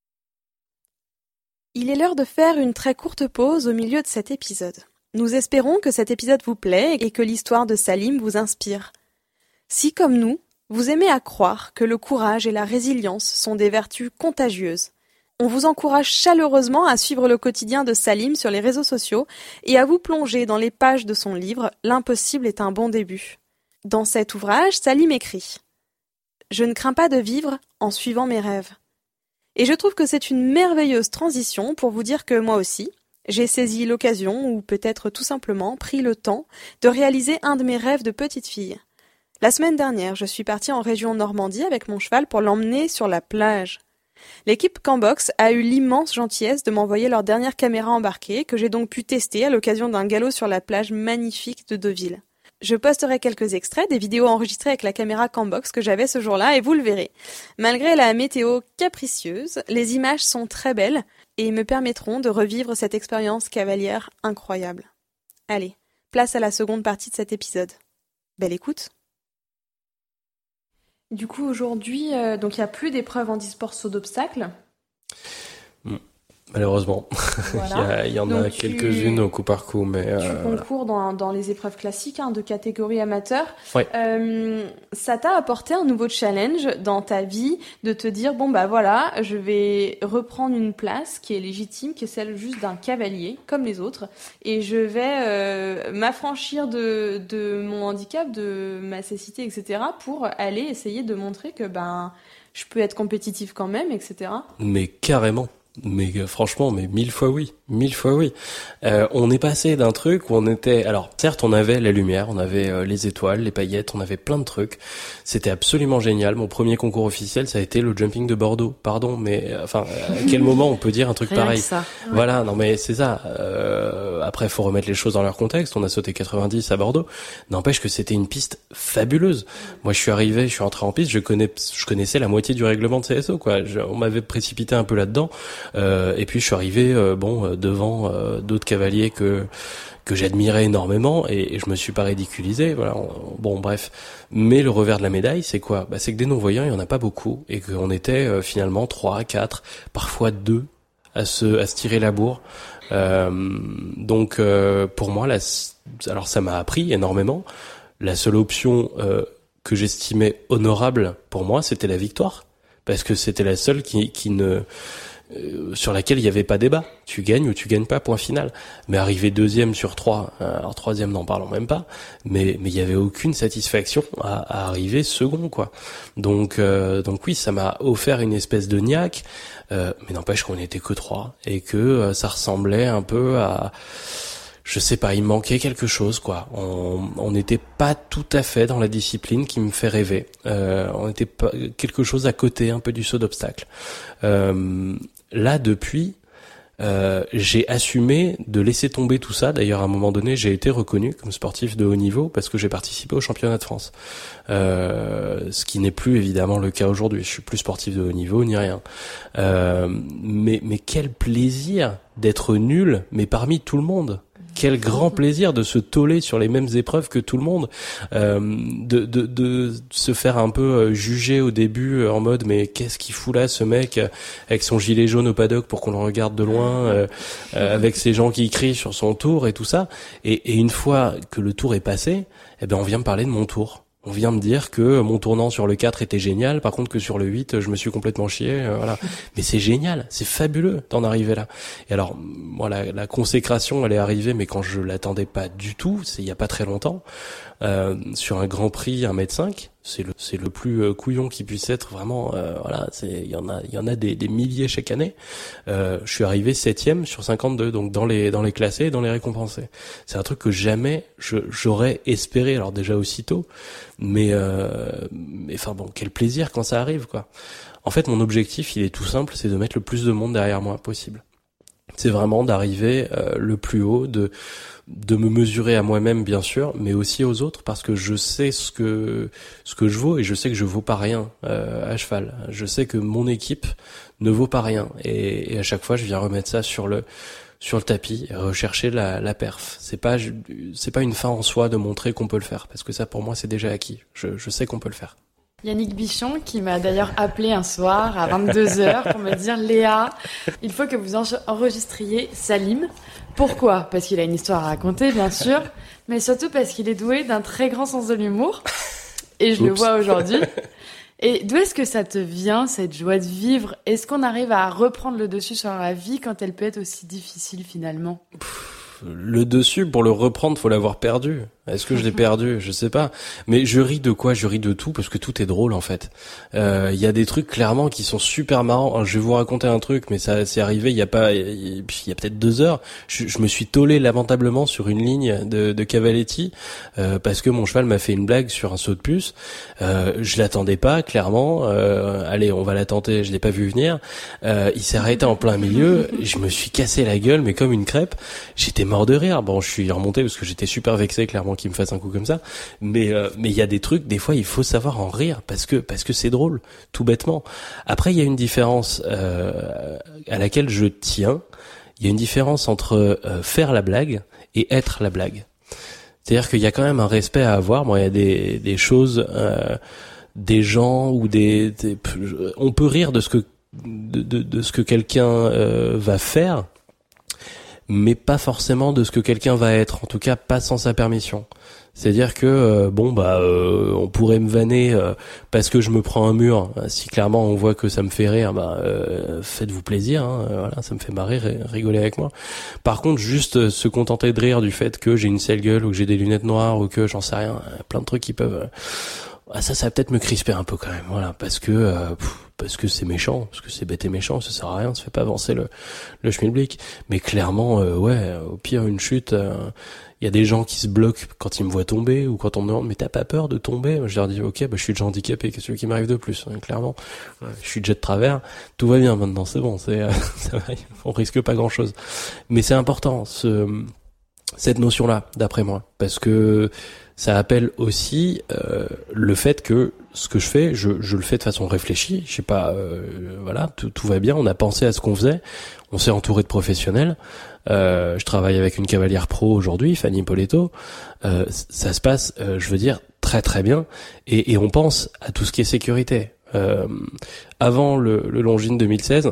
Speaker 2: Il est l'heure de faire une très courte pause au milieu de cet épisode. Nous espérons que cet épisode vous plaît et que l'histoire de Salim vous inspire. Si, comme nous, vous aimez à croire que le courage et la résilience sont des vertus contagieuses, on vous encourage chaleureusement à suivre le quotidien de Salim sur les réseaux sociaux et à vous plonger dans les pages de son livre « L'impossible est un bon début ». Dans cet ouvrage, Salim écrit « Je ne crains pas de vivre en suivant mes rêves ». Et je trouve que c'est une merveilleuse transition pour vous dire que moi aussi, j'ai saisi l'occasion, ou peut-être tout simplement pris le temps, de réaliser un de mes rêves de petite fille. La semaine dernière, je suis partie en région Normandie avec mon cheval pour l'emmener sur la plage. L'équipe Cambox a eu l'immense gentillesse de m'envoyer leur dernière caméra embarquée, que j'ai donc pu tester à l'occasion d'un galop sur la plage magnifique de Deauville. Je posterai quelques extraits des vidéos enregistrées avec la caméra Cambox que j'avais ce jour-là et vous le verrez. Malgré la météo capricieuse, les images sont très belles et me permettront de revivre cette expérience cavalière incroyable. Allez, place à la seconde partie de cet épisode. Belle écoute! Du coup, aujourd'hui, donc il n'y a plus d'épreuves en e-sport saut d'obstacles.
Speaker 3: Malheureusement,
Speaker 2: Voilà.
Speaker 3: il y en a quelques-unes au coup par coup, mais
Speaker 2: tu concours dans les épreuves classiques de catégorie amateur.
Speaker 3: Ouais.
Speaker 2: Ça t'a apporté un nouveau challenge dans ta vie de te dire voilà, je vais reprendre une place qui est légitime, qui est celle juste d'un cavalier comme les autres, et je vais m'affranchir de mon handicap, de ma cécité, etc. pour aller essayer de montrer que je peux être compétitive quand même, etc.
Speaker 3: Mais carrément. Mais franchement, mais 1000 fois oui. On est passé d'un truc où on était... Alors, certes, on avait la lumière, on avait les étoiles, les paillettes, on avait plein de trucs. C'était absolument génial. Mon premier concours officiel, ça a été le jumping de Bordeaux. Pardon, mais à quel moment on peut dire un truc
Speaker 1: Rien
Speaker 3: pareil?
Speaker 1: Que ça. Ouais.
Speaker 3: Voilà, non mais c'est ça. Après, faut remettre les choses dans leur contexte. On a sauté 90 à Bordeaux. N'empêche que c'était une piste fabuleuse. Moi, je suis entré en piste, je connaissais la moitié du règlement de CSO, quoi. On m'avait précipité un peu là-dedans. Et puis je suis arrivé devant d'autres cavaliers que j'admirais énormément et je me suis pas ridiculisé, voilà. Bon bref, mais le revers de la médaille, c'est quoi? C'est que des non-voyants, il y en a pas beaucoup et qu'on était finalement 3, 4, parfois 2 à se tirer la bourre. Donc pour moi alors ça m'a appris énormément. La seule option que j'estimais honorable pour moi, c'était la victoire, parce que c'était la seule qui ne sur laquelle il n'y avait pas débat. Tu gagnes ou tu gagnes pas, point final. Mais arriver deuxième sur 3, alors troisième n'en parlons même pas, mais il y avait aucune satisfaction à arriver second, quoi. Donc oui, ça m'a offert une espèce de niaque, mais n'empêche qu'on était que 3 et que ça ressemblait un peu à je sais pas, il manquait quelque chose, quoi. On n'était pas tout à fait dans la discipline qui me fait rêver. On était pas quelque chose à côté, un peu du saut d'obstacle. Là, depuis, j'ai assumé de laisser tomber tout ça. D'ailleurs, à un moment donné, j'ai été reconnu comme sportif de haut niveau parce que j'ai participé au championnat de France. Ce qui n'est plus évidemment le cas aujourd'hui. Je suis plus sportif de haut niveau ni rien. Mais quel plaisir d'être nul, mais parmi tout le monde. Quel grand plaisir de se toller sur les mêmes épreuves que tout le monde, de se faire un peu juger au début en mode mais qu'est-ce qu'il fout là ce mec avec son gilet jaune au paddock pour qu'on le regarde de loin, avec ces gens qui crient sur son tour et tout ça. Et une fois que le tour est passé, eh ben on vient me parler de mon tour. On vient me dire que mon tournant sur le 4 était génial, par contre que sur le 8, je me suis complètement chié, voilà. Mais c'est génial, c'est fabuleux d'en arriver là. Et alors, moi, la consécration, elle est arrivée, mais quand je l'attendais pas du tout, c'est il y a pas très longtemps, sur un Grand Prix 1m5, c'est le plus couillon qui puisse être, vraiment, voilà, il y en a des milliers chaque année. Je suis arrivé 7e sur 52, donc dans les classés et dans les récompensés. C'est un truc que jamais j'aurais espéré, alors déjà aussitôt, mais enfin bon, quel plaisir quand ça arrive, quoi. En fait, mon objectif, il est tout simple, c'est de mettre le plus de monde derrière moi possible. C'est vraiment d'arriver le plus haut, de me mesurer à moi-même, bien sûr, mais aussi aux autres, parce que je sais ce que je vaux, et je sais que je vaux pas rien à cheval. Je sais que mon équipe ne vaut pas rien, et à chaque fois, je viens remettre ça sur le tapis, et rechercher la perf. C'est pas une fin en soi de montrer qu'on peut le faire, parce que ça, pour moi, c'est déjà acquis. Je sais qu'on peut le faire.
Speaker 1: Yannick Bichon, qui m'a d'ailleurs appelé un soir à 22h pour me dire « Léa, il faut que vous enregistriez Salim ». Pourquoi ? Parce qu'il a une histoire à raconter, bien sûr, mais surtout parce qu'il est doué d'un très grand sens de l'humour. Et je le vois aujourd'hui. Et d'où est-ce que ça te vient, cette joie de vivre ? Est-ce qu'on arrive à reprendre le dessus sur la vie quand elle peut être aussi difficile, finalement ?
Speaker 3: Le dessus, pour le reprendre, faut l'avoir perdu. Est-ce que je l'ai perdu ? Je sais pas. Mais je ris de quoi ? Je ris de tout, parce que tout est drôle, en fait. Il y a des trucs, clairement, qui sont super marrants. Alors, je vais vous raconter un truc, mais ça c'est arrivé il y a peut-être 2 heures. Je me suis tollé lamentablement sur une ligne de Cavaletti, parce que mon cheval m'a fait une blague sur un saut de puce. Je l'attendais pas, clairement. Allez, on va la tenter. Je l'ai pas vu venir. Il s'est arrêté en plein milieu. Je me suis cassé la gueule, mais comme une crêpe. J'étais mort de rire. Bon, je suis remonté parce que j'étais super vexé, clairement, qu'il me fasse un coup comme ça. Mais il y a des trucs, des fois, il faut savoir en rire parce que c'est drôle, tout bêtement. Après, il y a une différence à laquelle je tiens. Il y a une différence entre faire la blague et être la blague. C'est-à-dire qu'il y a quand même un respect à avoir. Bon, il y a des choses, des gens ou on peut rire de ce que quelqu'un va faire, mais pas forcément de ce que quelqu'un va être, en tout cas pas sans sa permission. C'est-à-dire que on pourrait me vanner parce que je me prends un mur. Si clairement on voit que ça me fait rire, faites-vous plaisir, hein, voilà, ça me fait marrer, rigoler avec moi. Par contre, juste se contenter de rire du fait que j'ai une sale gueule ou que j'ai des lunettes noires ou que j'en sais rien, plein de trucs qui peuvent ça va peut-être me crisper un peu quand même, voilà, parce que c'est méchant, parce que c'est bête et méchant, ça sert à rien, ça fait pas avancer le schmilblick. Mais clairement, au pire une chute, il y a des gens qui se bloquent quand ils me voient tomber, ou quand on me demande mais t'as pas peur de tomber ? Je leur dis ok, je suis déjà handicapé, qu'est-ce qui m'arrive de plus, hein, clairement. Je suis déjà de travers, tout va bien maintenant, c'est bon, ça va, on risque pas grand chose. Mais c'est important, cette notion-là, d'après moi, parce que ça appelle aussi le fait que ce que je fais, je le fais de façon réfléchie. Je sais pas, voilà, tout va bien. On a pensé à ce qu'on faisait. On s'est entouré de professionnels. Je travaille avec une cavalière pro aujourd'hui, Fanny Poletto. Ça se passe, je veux dire, très très bien. Et on pense à tout ce qui est sécurité. Avant le Longines 2016,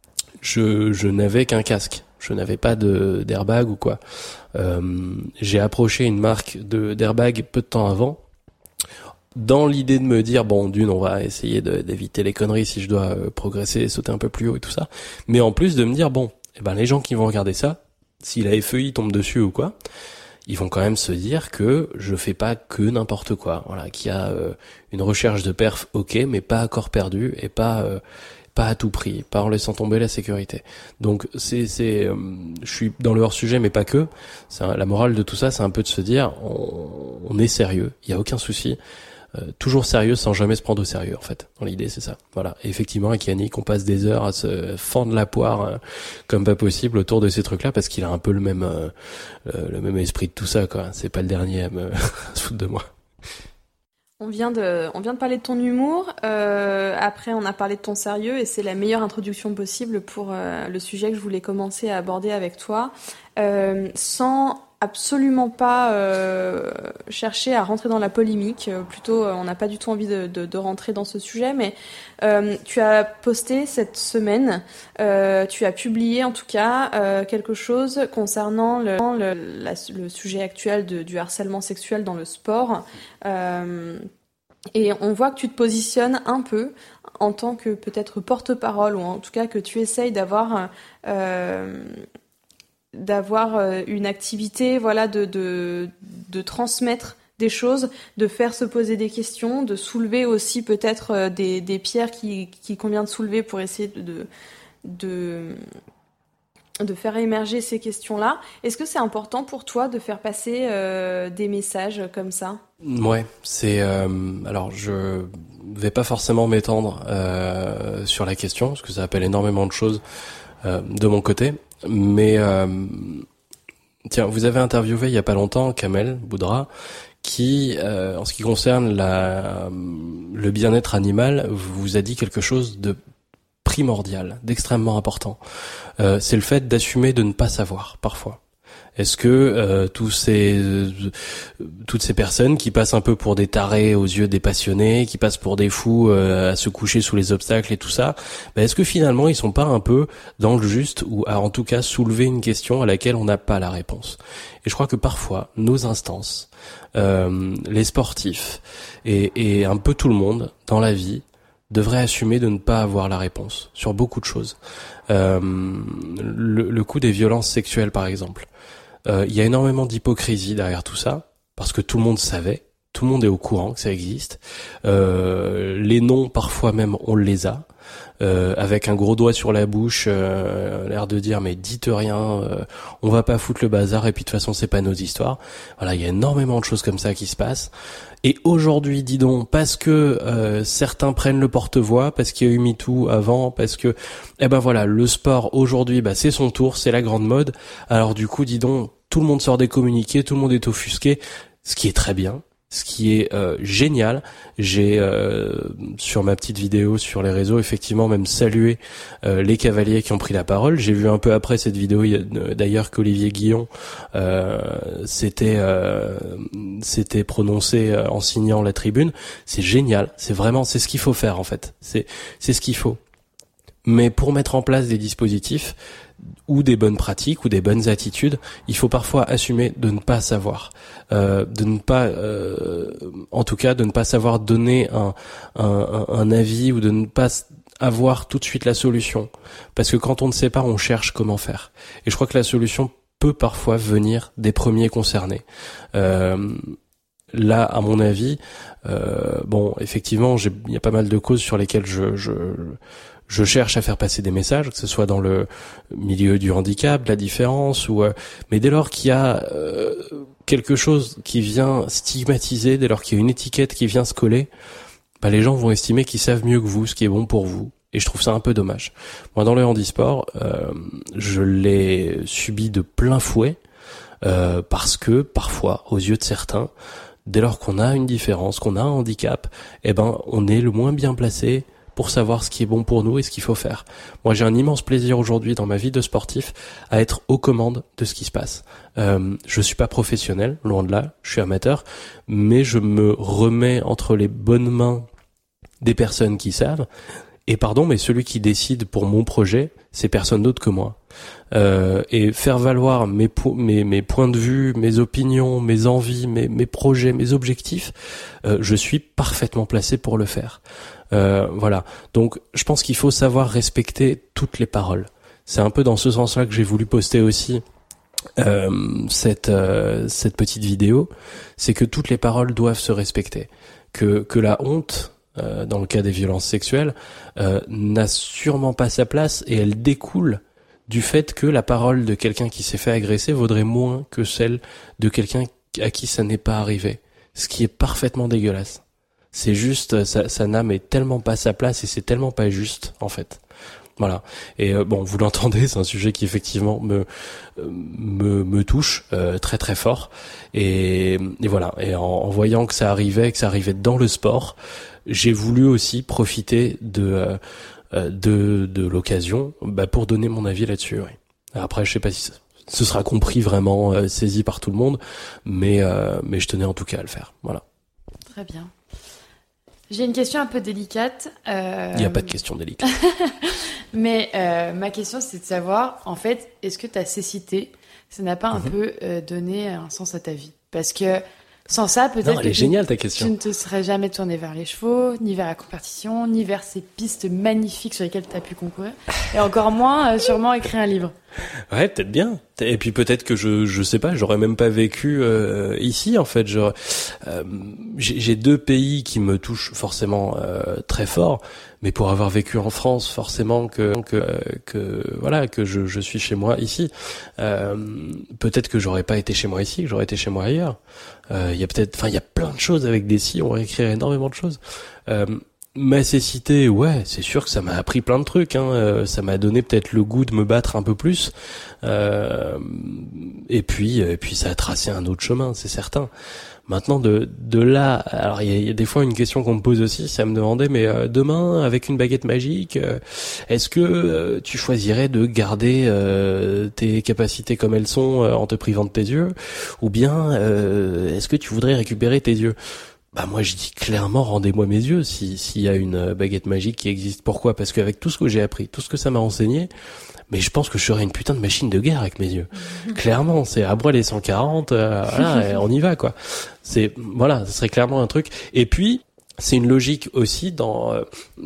Speaker 3: je n'avais qu'un casque. Je n'avais pas d'airbag ou quoi. J'ai approché une marque d'airbag peu de temps avant, dans l'idée de me dire bon, on va essayer d'éviter les conneries si je dois progresser, sauter un peu plus haut et tout ça. Mais en plus de me dire bon, les gens qui vont regarder ça, si la FEI tombe dessus ou quoi, ils vont quand même se dire que je fais pas que n'importe quoi. Voilà, qu'il y a une recherche de perf, ok, mais pas à corps perdu et pas pas à tout prix, pas en laissant tomber la sécurité. Donc je suis dans le hors-sujet, mais pas que. La morale de tout ça, c'est un peu de se dire, on est sérieux, il y a aucun souci. Toujours sérieux sans jamais se prendre au sérieux, en fait. Dans l'idée, c'est ça. Voilà. Et effectivement, avec Yannick, on passe des heures à se fendre la poire comme pas possible autour de ces trucs-là, parce qu'il a un peu le même esprit de tout ça, quoi. C'est pas le dernier à se foutre de moi.
Speaker 2: On vient de parler de ton humour. Après, on a parlé de ton sérieux, et c'est la meilleure introduction possible pour le sujet que je voulais commencer à aborder avec toi, sans absolument pas chercher à rentrer dans la polémique. Plutôt, on n'a pas du tout envie de rentrer dans ce sujet, mais tu as posté cette semaine, tu as publié en tout cas quelque chose concernant le sujet actuel du harcèlement sexuel dans le sport. Et on voit que tu te positionnes un peu en tant que peut-être porte-parole, ou en tout cas que tu essayes d'avoir une activité, voilà, de transmettre des choses, de faire se poser des questions, de soulever aussi peut-être des pierres qu'il convient de soulever pour essayer de faire émerger ces questions-là. Est-ce que c'est important pour toi de faire passer des messages comme ça ?
Speaker 3: Ouais, alors je vais pas forcément m'étendre sur la question, parce que ça appelle énormément de choses de mon côté. Mais tiens, vous avez interviewé il y a pas longtemps Kamel Boudra, qui, en ce qui concerne le bien-être animal, vous a dit quelque chose de primordial, d'extrêmement important. C'est le fait d'assumer de ne pas savoir, parfois. Est-ce que toutes ces personnes qui passent un peu pour des tarés aux yeux des passionnés, qui passent pour des fous à se coucher sous les obstacles et tout ça, est-ce que finalement ils sont pas un peu dans le juste, ou à en tout cas soulever une question à laquelle on n'a pas la réponse? Et je crois que parfois nos instances, les sportifs et un peu tout le monde dans la vie devrait assumer de ne pas avoir la réponse sur beaucoup de choses. Le coup des violences sexuelles, par exemple. Il y a énormément d'hypocrisie derrière tout ça, parce que tout le monde savait, tout le monde est au courant que ça existe. Les noms, parfois même, on les a. Avec un gros doigt sur la bouche, l'air de dire mais dites rien, on va pas foutre le bazar, et puis de toute façon c'est pas nos histoires. Voilà, il y a énormément de choses comme ça qui se passent. Et aujourd'hui, dis donc, parce que certains prennent le porte-voix, parce qu'il y a eu MeToo avant, parce que voilà, le sport aujourd'hui, c'est son tour, c'est la grande mode. Alors du coup, dis donc, tout le monde sort des communiqués, tout le monde est offusqué, ce qui est très bien. Ce qui est génial. J'ai sur ma petite vidéo sur les réseaux effectivement même salué les cavaliers qui ont pris la parole. J'ai vu un peu après cette vidéo d'ailleurs qu'Olivier Guillon s'était prononcé en signant la tribune. C'est génial, c'est ce qu'il faut faire en fait. C'est ce qu'il faut. Mais pour mettre en place des dispositifs ou des bonnes pratiques ou des bonnes attitudes, il faut parfois assumer de ne pas savoir, de ne pas, en tout cas, de ne pas savoir donner un avis, ou de ne pas avoir tout de suite la solution. Parce que quand on ne sait pas, on cherche comment faire. Et je crois que la solution peut parfois venir des premiers concernés. Là, à mon avis, effectivement, il y a pas mal de causes sur lesquelles je cherche à faire passer des messages, que ce soit dans le milieu du handicap, de la différence, mais dès lors qu'il y a quelque chose qui vient stigmatiser, dès lors qu'il y a une étiquette qui vient se coller, les gens vont estimer qu'ils savent mieux que vous ce qui est bon pour vous. Et je trouve ça un peu dommage. Moi, dans le handisport, je l'ai subi de plein fouet, parce que parfois, aux yeux de certains, dès lors qu'on a une différence, qu'on a un handicap, on est le moins bien placé pour savoir ce qui est bon pour nous et ce qu'il faut faire. Moi, j'ai un immense plaisir aujourd'hui dans ma vie de sportif à être aux commandes de ce qui se passe. Je suis pas professionnel, loin de là, je suis amateur, mais je me remets entre les bonnes mains des personnes qui savent. Et pardon, mais celui qui décide pour mon projet, c'est personne d'autre que moi. Et faire valoir mes points de vue, mes opinions, mes envies, mes projets, mes objectifs, je suis parfaitement placé pour le faire. Voilà. Donc, je pense qu'il faut savoir respecter toutes les paroles. C'est un peu dans ce sens-là que j'ai voulu poster aussi cette petite vidéo. C'est que toutes les paroles doivent se respecter. Que la honte dans le cas des violences sexuelles, n'a sûrement pas sa place, et elle découle du fait que la parole de quelqu'un qui s'est fait agresser vaudrait moins que celle de quelqu'un à qui ça n'est pas arrivé. Ce qui est parfaitement dégueulasse. C'est juste, ça n'a mais tellement pas sa place, et c'est tellement pas juste, en fait. Voilà. Et bon, vous l'entendez, c'est un sujet qui effectivement me touche très très fort. Et voilà. Et en voyant que ça arrivait dans le sport, j'ai voulu aussi profiter de l'occasion, pour donner mon avis là-dessus. Oui. Après, je sais pas si ce sera compris vraiment, saisi par tout le monde, mais je tenais en tout cas à le faire. Voilà.
Speaker 1: Très bien. J'ai une question un peu délicate.
Speaker 3: Il n'y a pas de question délicate.
Speaker 1: Mais ma question, c'est de savoir, en fait, est-ce que ta cécité, ça n'a pas un peu donné un sens à ta vie? Parce que sans ça, peut-être
Speaker 3: elle est géniale, ta question.
Speaker 1: Tu ne te serais jamais tourné vers les chevaux, ni vers la compétition, ni vers ces pistes magnifiques sur lesquelles tu as pu concourir. Et encore moins, sûrement, écrire un livre.
Speaker 3: Ouais, peut-être bien. Et puis peut-être que je sais pas, j'aurais même pas vécu ici en fait. J'ai deux pays qui me touchent forcément très fort, mais pour avoir vécu en France, forcément que je suis chez moi ici. Peut-être que j'aurais pas été chez moi ici, que j'aurais été chez moi ailleurs. Il y a plein de choses avec des si, on va écrire énormément de choses. Ma cécité, ouais, c'est sûr que ça m'a appris plein de trucs, ça m'a donné peut-être le goût de me battre un peu plus, et puis ça a tracé un autre chemin, c'est certain. Maintenant de là, alors il y a des fois une question qu'on me pose aussi, c'est à me demander, mais demain avec une baguette magique, est-ce que tu choisirais de garder tes capacités comme elles sont en te privant de tes yeux, ou bien est-ce que tu voudrais récupérer tes yeux? Moi je dis clairement, rendez-moi mes yeux s'il y a une baguette magique qui existe. Pourquoi? Parce qu'avec tout ce que j'ai appris, tout ce que ça m'a enseigné, mais je pense que je serais une putain de machine de guerre avec mes yeux. Clairement, c'est à bras les 140, voilà, et on y va quoi. Ça serait clairement un truc. Et puis c'est une logique aussi dans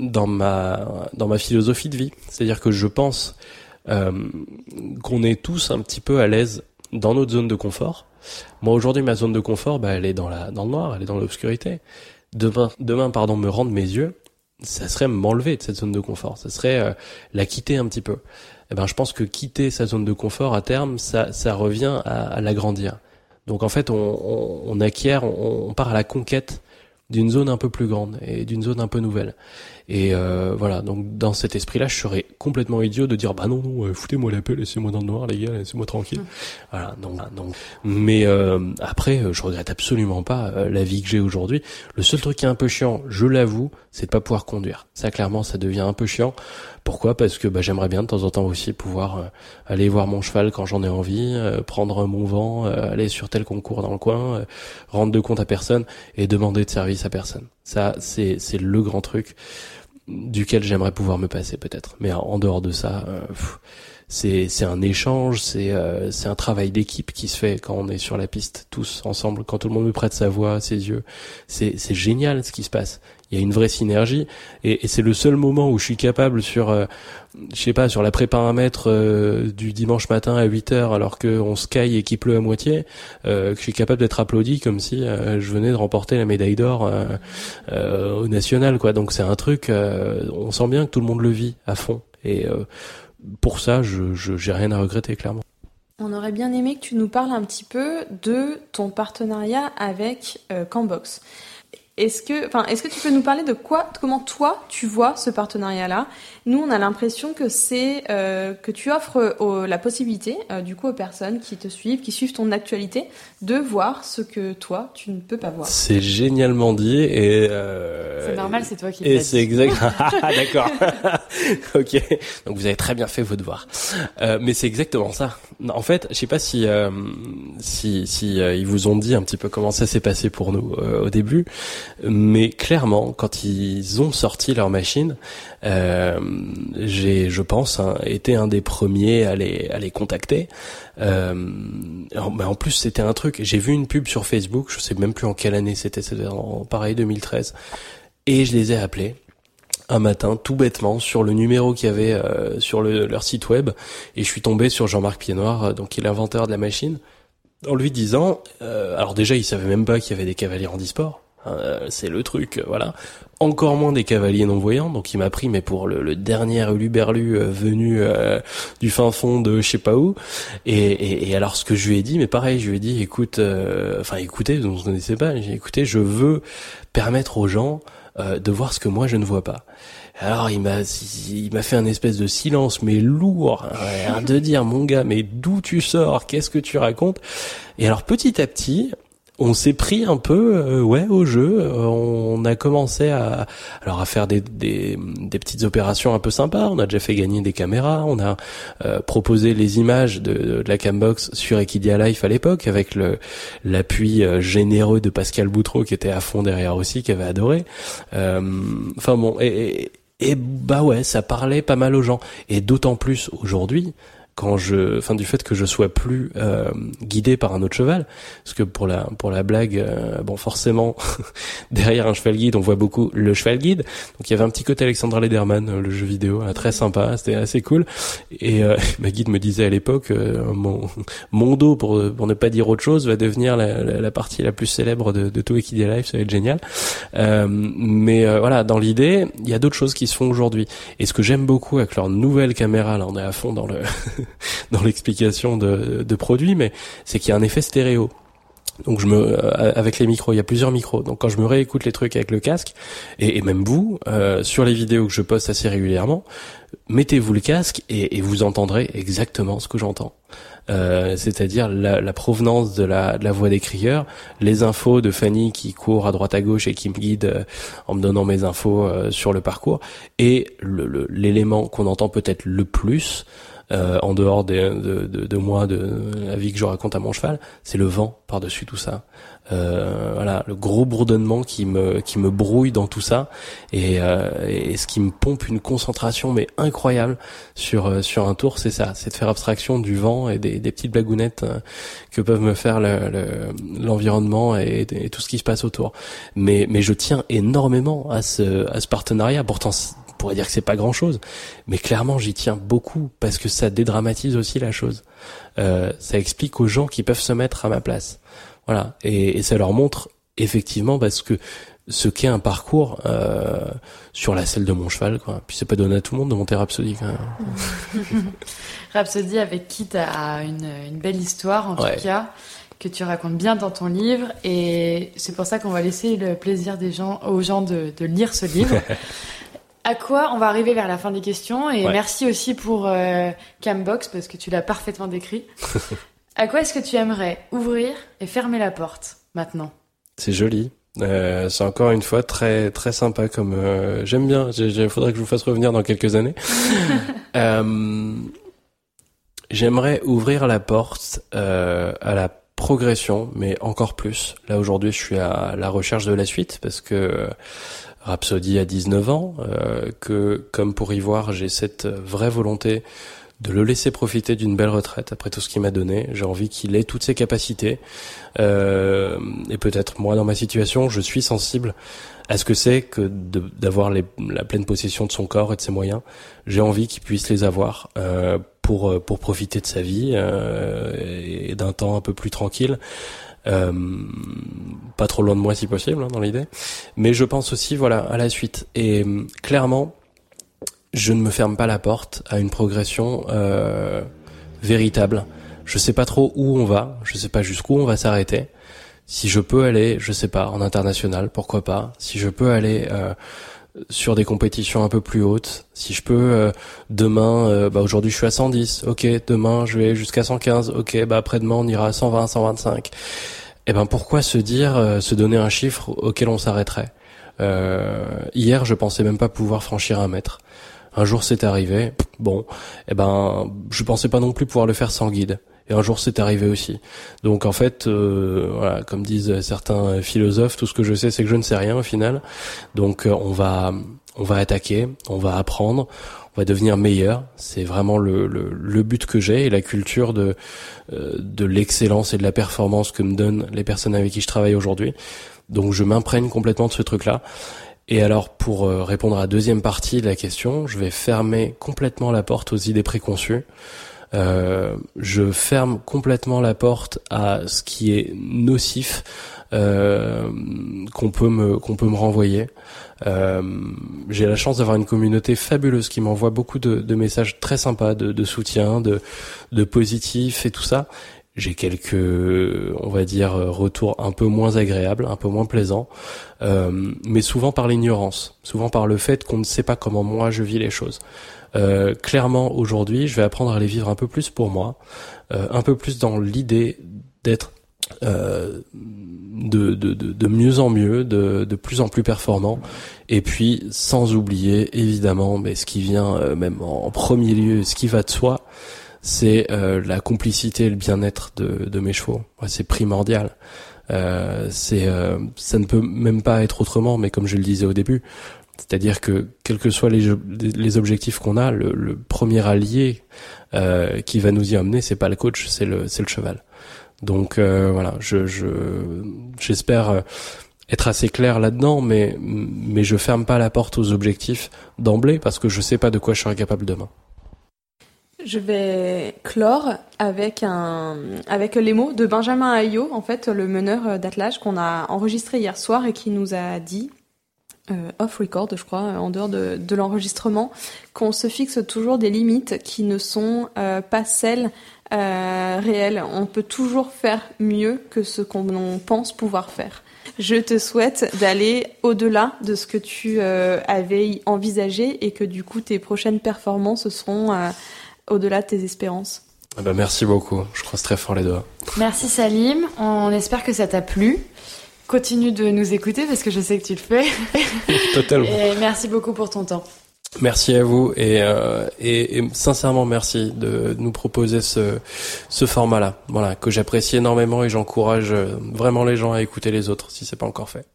Speaker 3: ma philosophie de vie. C'est-à-dire que je pense qu'on est tous un petit peu à l'aise dans notre zone de confort. Moi aujourd'hui ma zone de confort, elle est dans le noir, elle est dans l'obscurité. Demain, me rendre mes yeux, ça serait m'enlever de cette zone de confort, ça serait la quitter un petit peu. Je pense que quitter sa zone de confort à terme, ça revient à l'agrandir. Donc en fait on acquiert, on part à la conquête d'une zone un peu plus grande et d'une zone un peu nouvelle. Et voilà, donc dans cet esprit-là, je serais complètement idiot de dire non, foutez-moi la paix, laissez-moi dans le noir, les gars, laissez-moi tranquille. Voilà, donc. Mais après, je regrette absolument pas la vie que j'ai aujourd'hui. Le seul truc qui est un peu chiant, je l'avoue, c'est de pas pouvoir conduire. Ça, clairement, ça devient un peu chiant. Pourquoi? Parce que j'aimerais bien de temps en temps aussi pouvoir aller voir mon cheval quand j'en ai envie, prendre mon vent, aller sur tel concours dans le coin, rendre de compte à personne et demander de service à personne. Ça, c'est le grand truc duquel j'aimerais pouvoir me passer peut-être. Mais en dehors de ça, c'est un échange, c'est un travail d'équipe qui se fait quand on est sur la piste, tous ensemble, quand tout le monde me prête sa voix, ses yeux. C'est génial ce qui se passe. Il y a une vraie synergie et c'est le seul moment où je suis capable sur la prépa 1 mètre du dimanche matin à 8h alors que on se caille et qu'il pleut à moitié, que je suis capable d'être applaudi comme si je venais de remporter la médaille d'or au national quoi. Donc c'est un truc on sent bien que tout le monde le vit à fond et pour ça j'ai rien à regretter clairement.
Speaker 2: On aurait bien aimé que tu nous parles un petit peu de ton partenariat avec Campbox. Est-ce que tu peux nous parler de comment toi tu vois ce partenariat-là? Nous, on a l'impression que c'est que tu offres la possibilité, du coup, aux personnes qui te suivent, qui suivent ton actualité, de voir ce que toi tu ne peux pas voir.
Speaker 3: C'est génialement dit et
Speaker 1: c'est normal, c'est toi qui
Speaker 3: le dis. Et
Speaker 1: c'est
Speaker 3: exact. D'accord. Ok. Donc vous avez très bien fait vos devoirs. Mais c'est exactement ça. En fait, je sais pas si ils vous ont dit un petit peu comment ça s'est passé pour nous au début. Mais clairement, quand ils ont sorti leur machine, j'ai, je pense, été un des premiers à les contacter. En plus, c'était un truc. J'ai vu une pub sur Facebook. Je sais même plus en quelle année c'était. C'était en pareil 2013. Et je les ai appelés un matin, tout bêtement, sur le numéro qu'il y avait sur leur site web. Et je suis tombé sur Jean-Marc Piednoir, donc qui est l'inventeur de la machine, en lui disant. Alors déjà, il savait même pas qu'il y avait des cavaliers handisport. c'est le truc, voilà. Encore moins des cavaliers non-voyants, donc il m'a pris mais pour le dernier huluberlu venu du fin fond de je sais pas où. Et alors ce que je lui ai dit, mais pareil, je lui ai dit, écoutez, on se connaissait pas, j'ai dit, écoutez, je veux permettre aux gens de voir ce que moi je ne vois pas. Alors il m'a fait un espèce de silence mais lourd, hein, de dire mon gars, mais d'où tu sors, qu'est-ce que tu racontes? Et alors petit à petit, on s'est pris un peu au jeu. On a commencé à faire des petites opérations un peu sympas. On a déjà fait gagner des caméras. On a proposé les images de la Cambox sur Equidia Life à l'époque, avec l'appui généreux de Pascal Boutreau qui était à fond derrière aussi, qui avait adoré. Et bah ouais, ça parlait pas mal aux gens. Et d'autant plus aujourd'hui, du fait que je sois plus guidé par un autre cheval, parce que pour la blague, forcément derrière un cheval guide on voit beaucoup le cheval guide, donc il y avait un petit côté Alexandra Lederman, le jeu vidéo, très sympa, c'était assez cool. Et ma guide me disait à l'époque, mon dos, pour ne pas dire autre chose, va devenir la partie la plus célèbre de tout Equidia Life, ça va être génial. Voilà, dans l'idée, il y a d'autres choses qui se font aujourd'hui. Et ce que j'aime beaucoup avec leur nouvelle caméra, là on est à fond dans l'explication de produits, mais c'est qu'il y a un effet stéréo. Donc avec les micros, il y a plusieurs micros. Donc quand je me réécoute les trucs avec le casque, et même vous, sur les vidéos que je poste assez régulièrement, mettez-vous le casque et vous entendrez exactement ce que j'entends. C'est-à-dire la provenance de la voix des crieurs, les infos de Fanny qui court à droite à gauche et qui me guide en me donnant mes infos sur le parcours, et l'élément qu'on entend peut-être le plus, en dehors de moi, de la vie que je raconte à mon cheval, c'est le vent par-dessus tout ça. Voilà, le gros bourdonnement qui me brouille dans tout ça, et ce qui me pompe une concentration mais incroyable sur un tour, c'est ça, c'est de faire abstraction du vent et des petites blagounettes que peuvent me faire l'environnement et tout ce qui se passe autour. Mais je tiens énormément à ce partenariat. Pourtant, on pourrait dire que c'est pas grand chose, mais clairement j'y tiens beaucoup parce que ça dédramatise aussi la chose. Ça explique aux gens qui peuvent se mettre à ma place. Voilà, et ça leur montre effectivement parce que ce qu'est un parcours sur la selle de mon cheval, quoi. Puis c'est pas donné à tout le monde de monter Rhapsody, quand même.
Speaker 1: Rhapsody, avec qui t'as une belle histoire en tout cas, que tu racontes bien dans ton livre, et c'est pour ça qu'on va laisser le plaisir aux gens de lire ce livre. À quoi on va arriver vers la fin des questions, et merci aussi pour Cambox parce que tu l'as parfaitement décrit. À quoi est-ce que tu aimerais ouvrir et fermer la porte maintenant? C'est
Speaker 3: joli. C'est encore une fois très très sympa comme j'aime bien. Il faudrait que je vous fasse revenir dans quelques années. J'aimerais ouvrir la porte à la progression, mais encore plus. Là aujourd'hui, je suis à la recherche de la suite parce que Rhapsody a 19 ans, que comme pour Ivoire, j'ai cette vraie volonté de le laisser profiter d'une belle retraite après tout ce qu'il m'a donné. J'ai envie qu'il ait toutes ses capacités. Et peut-être moi, dans ma situation, je suis sensible à ce que c'est que d'avoir la pleine possession de son corps et de ses moyens. J'ai envie qu'il puisse les avoir pour profiter de sa vie et d'un temps un peu plus tranquille. Pas trop loin de moi si possible, dans l'idée. Mais je pense aussi, à la suite. Et clairement, je ne me ferme pas la porte à une progression véritable. Je sais pas trop où on va, je sais pas jusqu'où on va s'arrêter. Si je peux aller, je sais pas, en international, pourquoi pas. Si je peux aller sur des compétitions un peu plus hautes, si je peux demain, aujourd'hui je suis à 110, ok, demain je vais jusqu'à 115, ok, après-demain on ira à 120, 125. Pourquoi se donner un chiffre auquel on s'arrêterait? Hier je pensais même pas pouvoir franchir 1 mètre. Un jour c'est arrivé, je pensais pas non plus pouvoir le faire sans guide. Et un jour c'est arrivé aussi. Donc en fait, comme disent certains philosophes, tout ce que je sais c'est que je ne sais rien au final. Donc on va attaquer, on va apprendre, on va devenir meilleur. C'est vraiment le but que j'ai, et la culture de l'excellence et de la performance que me donnent les personnes avec qui je travaille aujourd'hui. Donc je m'imprègne complètement de ce truc-là. Et alors, pour répondre à la deuxième partie de la question, je vais fermer complètement la porte aux idées préconçues. Je ferme complètement la porte à ce qui est nocif qu'on peut me renvoyer. J'ai la chance d'avoir une communauté fabuleuse qui m'envoie beaucoup de messages très sympas, de soutien, de positifs et tout ça. J'ai quelques, on va dire, retours un peu moins agréables, un peu moins plaisants, mais souvent par l'ignorance, souvent par le fait qu'on ne sait pas comment moi je vis les choses. Clairement, aujourd'hui, je vais apprendre à les vivre un peu plus pour moi, un peu plus dans l'idée d'être de mieux en mieux, de plus en plus performant, et puis sans oublier évidemment, mais ce qui vient même en premier lieu, ce qui va de soi, c'est la complicité et le bien-être de mes chevaux. Ouais, c'est primordial. Ça ne peut même pas être autrement, mais comme je le disais au début, c'est-à-dire que quels que soient les objectifs qu'on a, le premier allié qui va nous y emmener, c'est pas le coach, c'est le cheval. Donc voilà, j'espère être assez clair là-dedans, mais je ferme pas la porte aux objectifs d'emblée parce que je sais pas de quoi je serai capable demain.
Speaker 2: Je vais clore avec les mots de Benjamin Ayot, en fait, le meneur d'attelage qu'on a enregistré hier soir et qui nous a dit, off record, je crois, en dehors de l'enregistrement, qu'on se fixe toujours des limites qui ne sont pas celles réelles. On peut toujours faire mieux que ce qu'on pense pouvoir faire. Je te souhaite d'aller au-delà de ce que tu avais envisagé et que du coup tes prochaines performances seront au-delà de tes espérances.
Speaker 3: Merci beaucoup, je croise très fort les doigts.
Speaker 1: Merci Salim, on espère que ça t'a plu. Continue de nous écouter parce que je sais que tu le fais.
Speaker 3: Totalement.
Speaker 1: Et merci beaucoup pour ton temps.
Speaker 3: Merci à vous et sincèrement merci de nous proposer ce format-là, voilà, que j'apprécie énormément et j'encourage vraiment les gens à écouter les autres si c'est pas encore fait.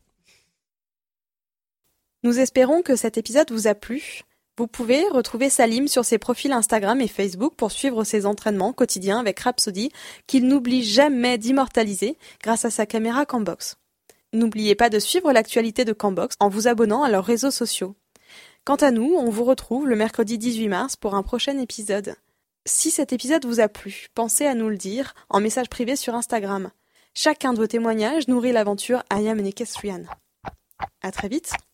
Speaker 2: Nous espérons que cet épisode vous a plu. Vous pouvez retrouver Salim sur ses profils Instagram et Facebook pour suivre ses entraînements quotidiens avec Rhapsody qu'il n'oublie jamais d'immortaliser grâce à sa caméra Cambox. N'oubliez pas de suivre l'actualité de Cambox en vous abonnant à leurs réseaux sociaux. Quant à nous, on vous retrouve le mercredi 18 mars pour un prochain épisode. Si cet épisode vous a plu, pensez à nous le dire en message privé sur Instagram. Chacun de vos témoignages nourrit l'aventure I Am an Equestrian. À très vite.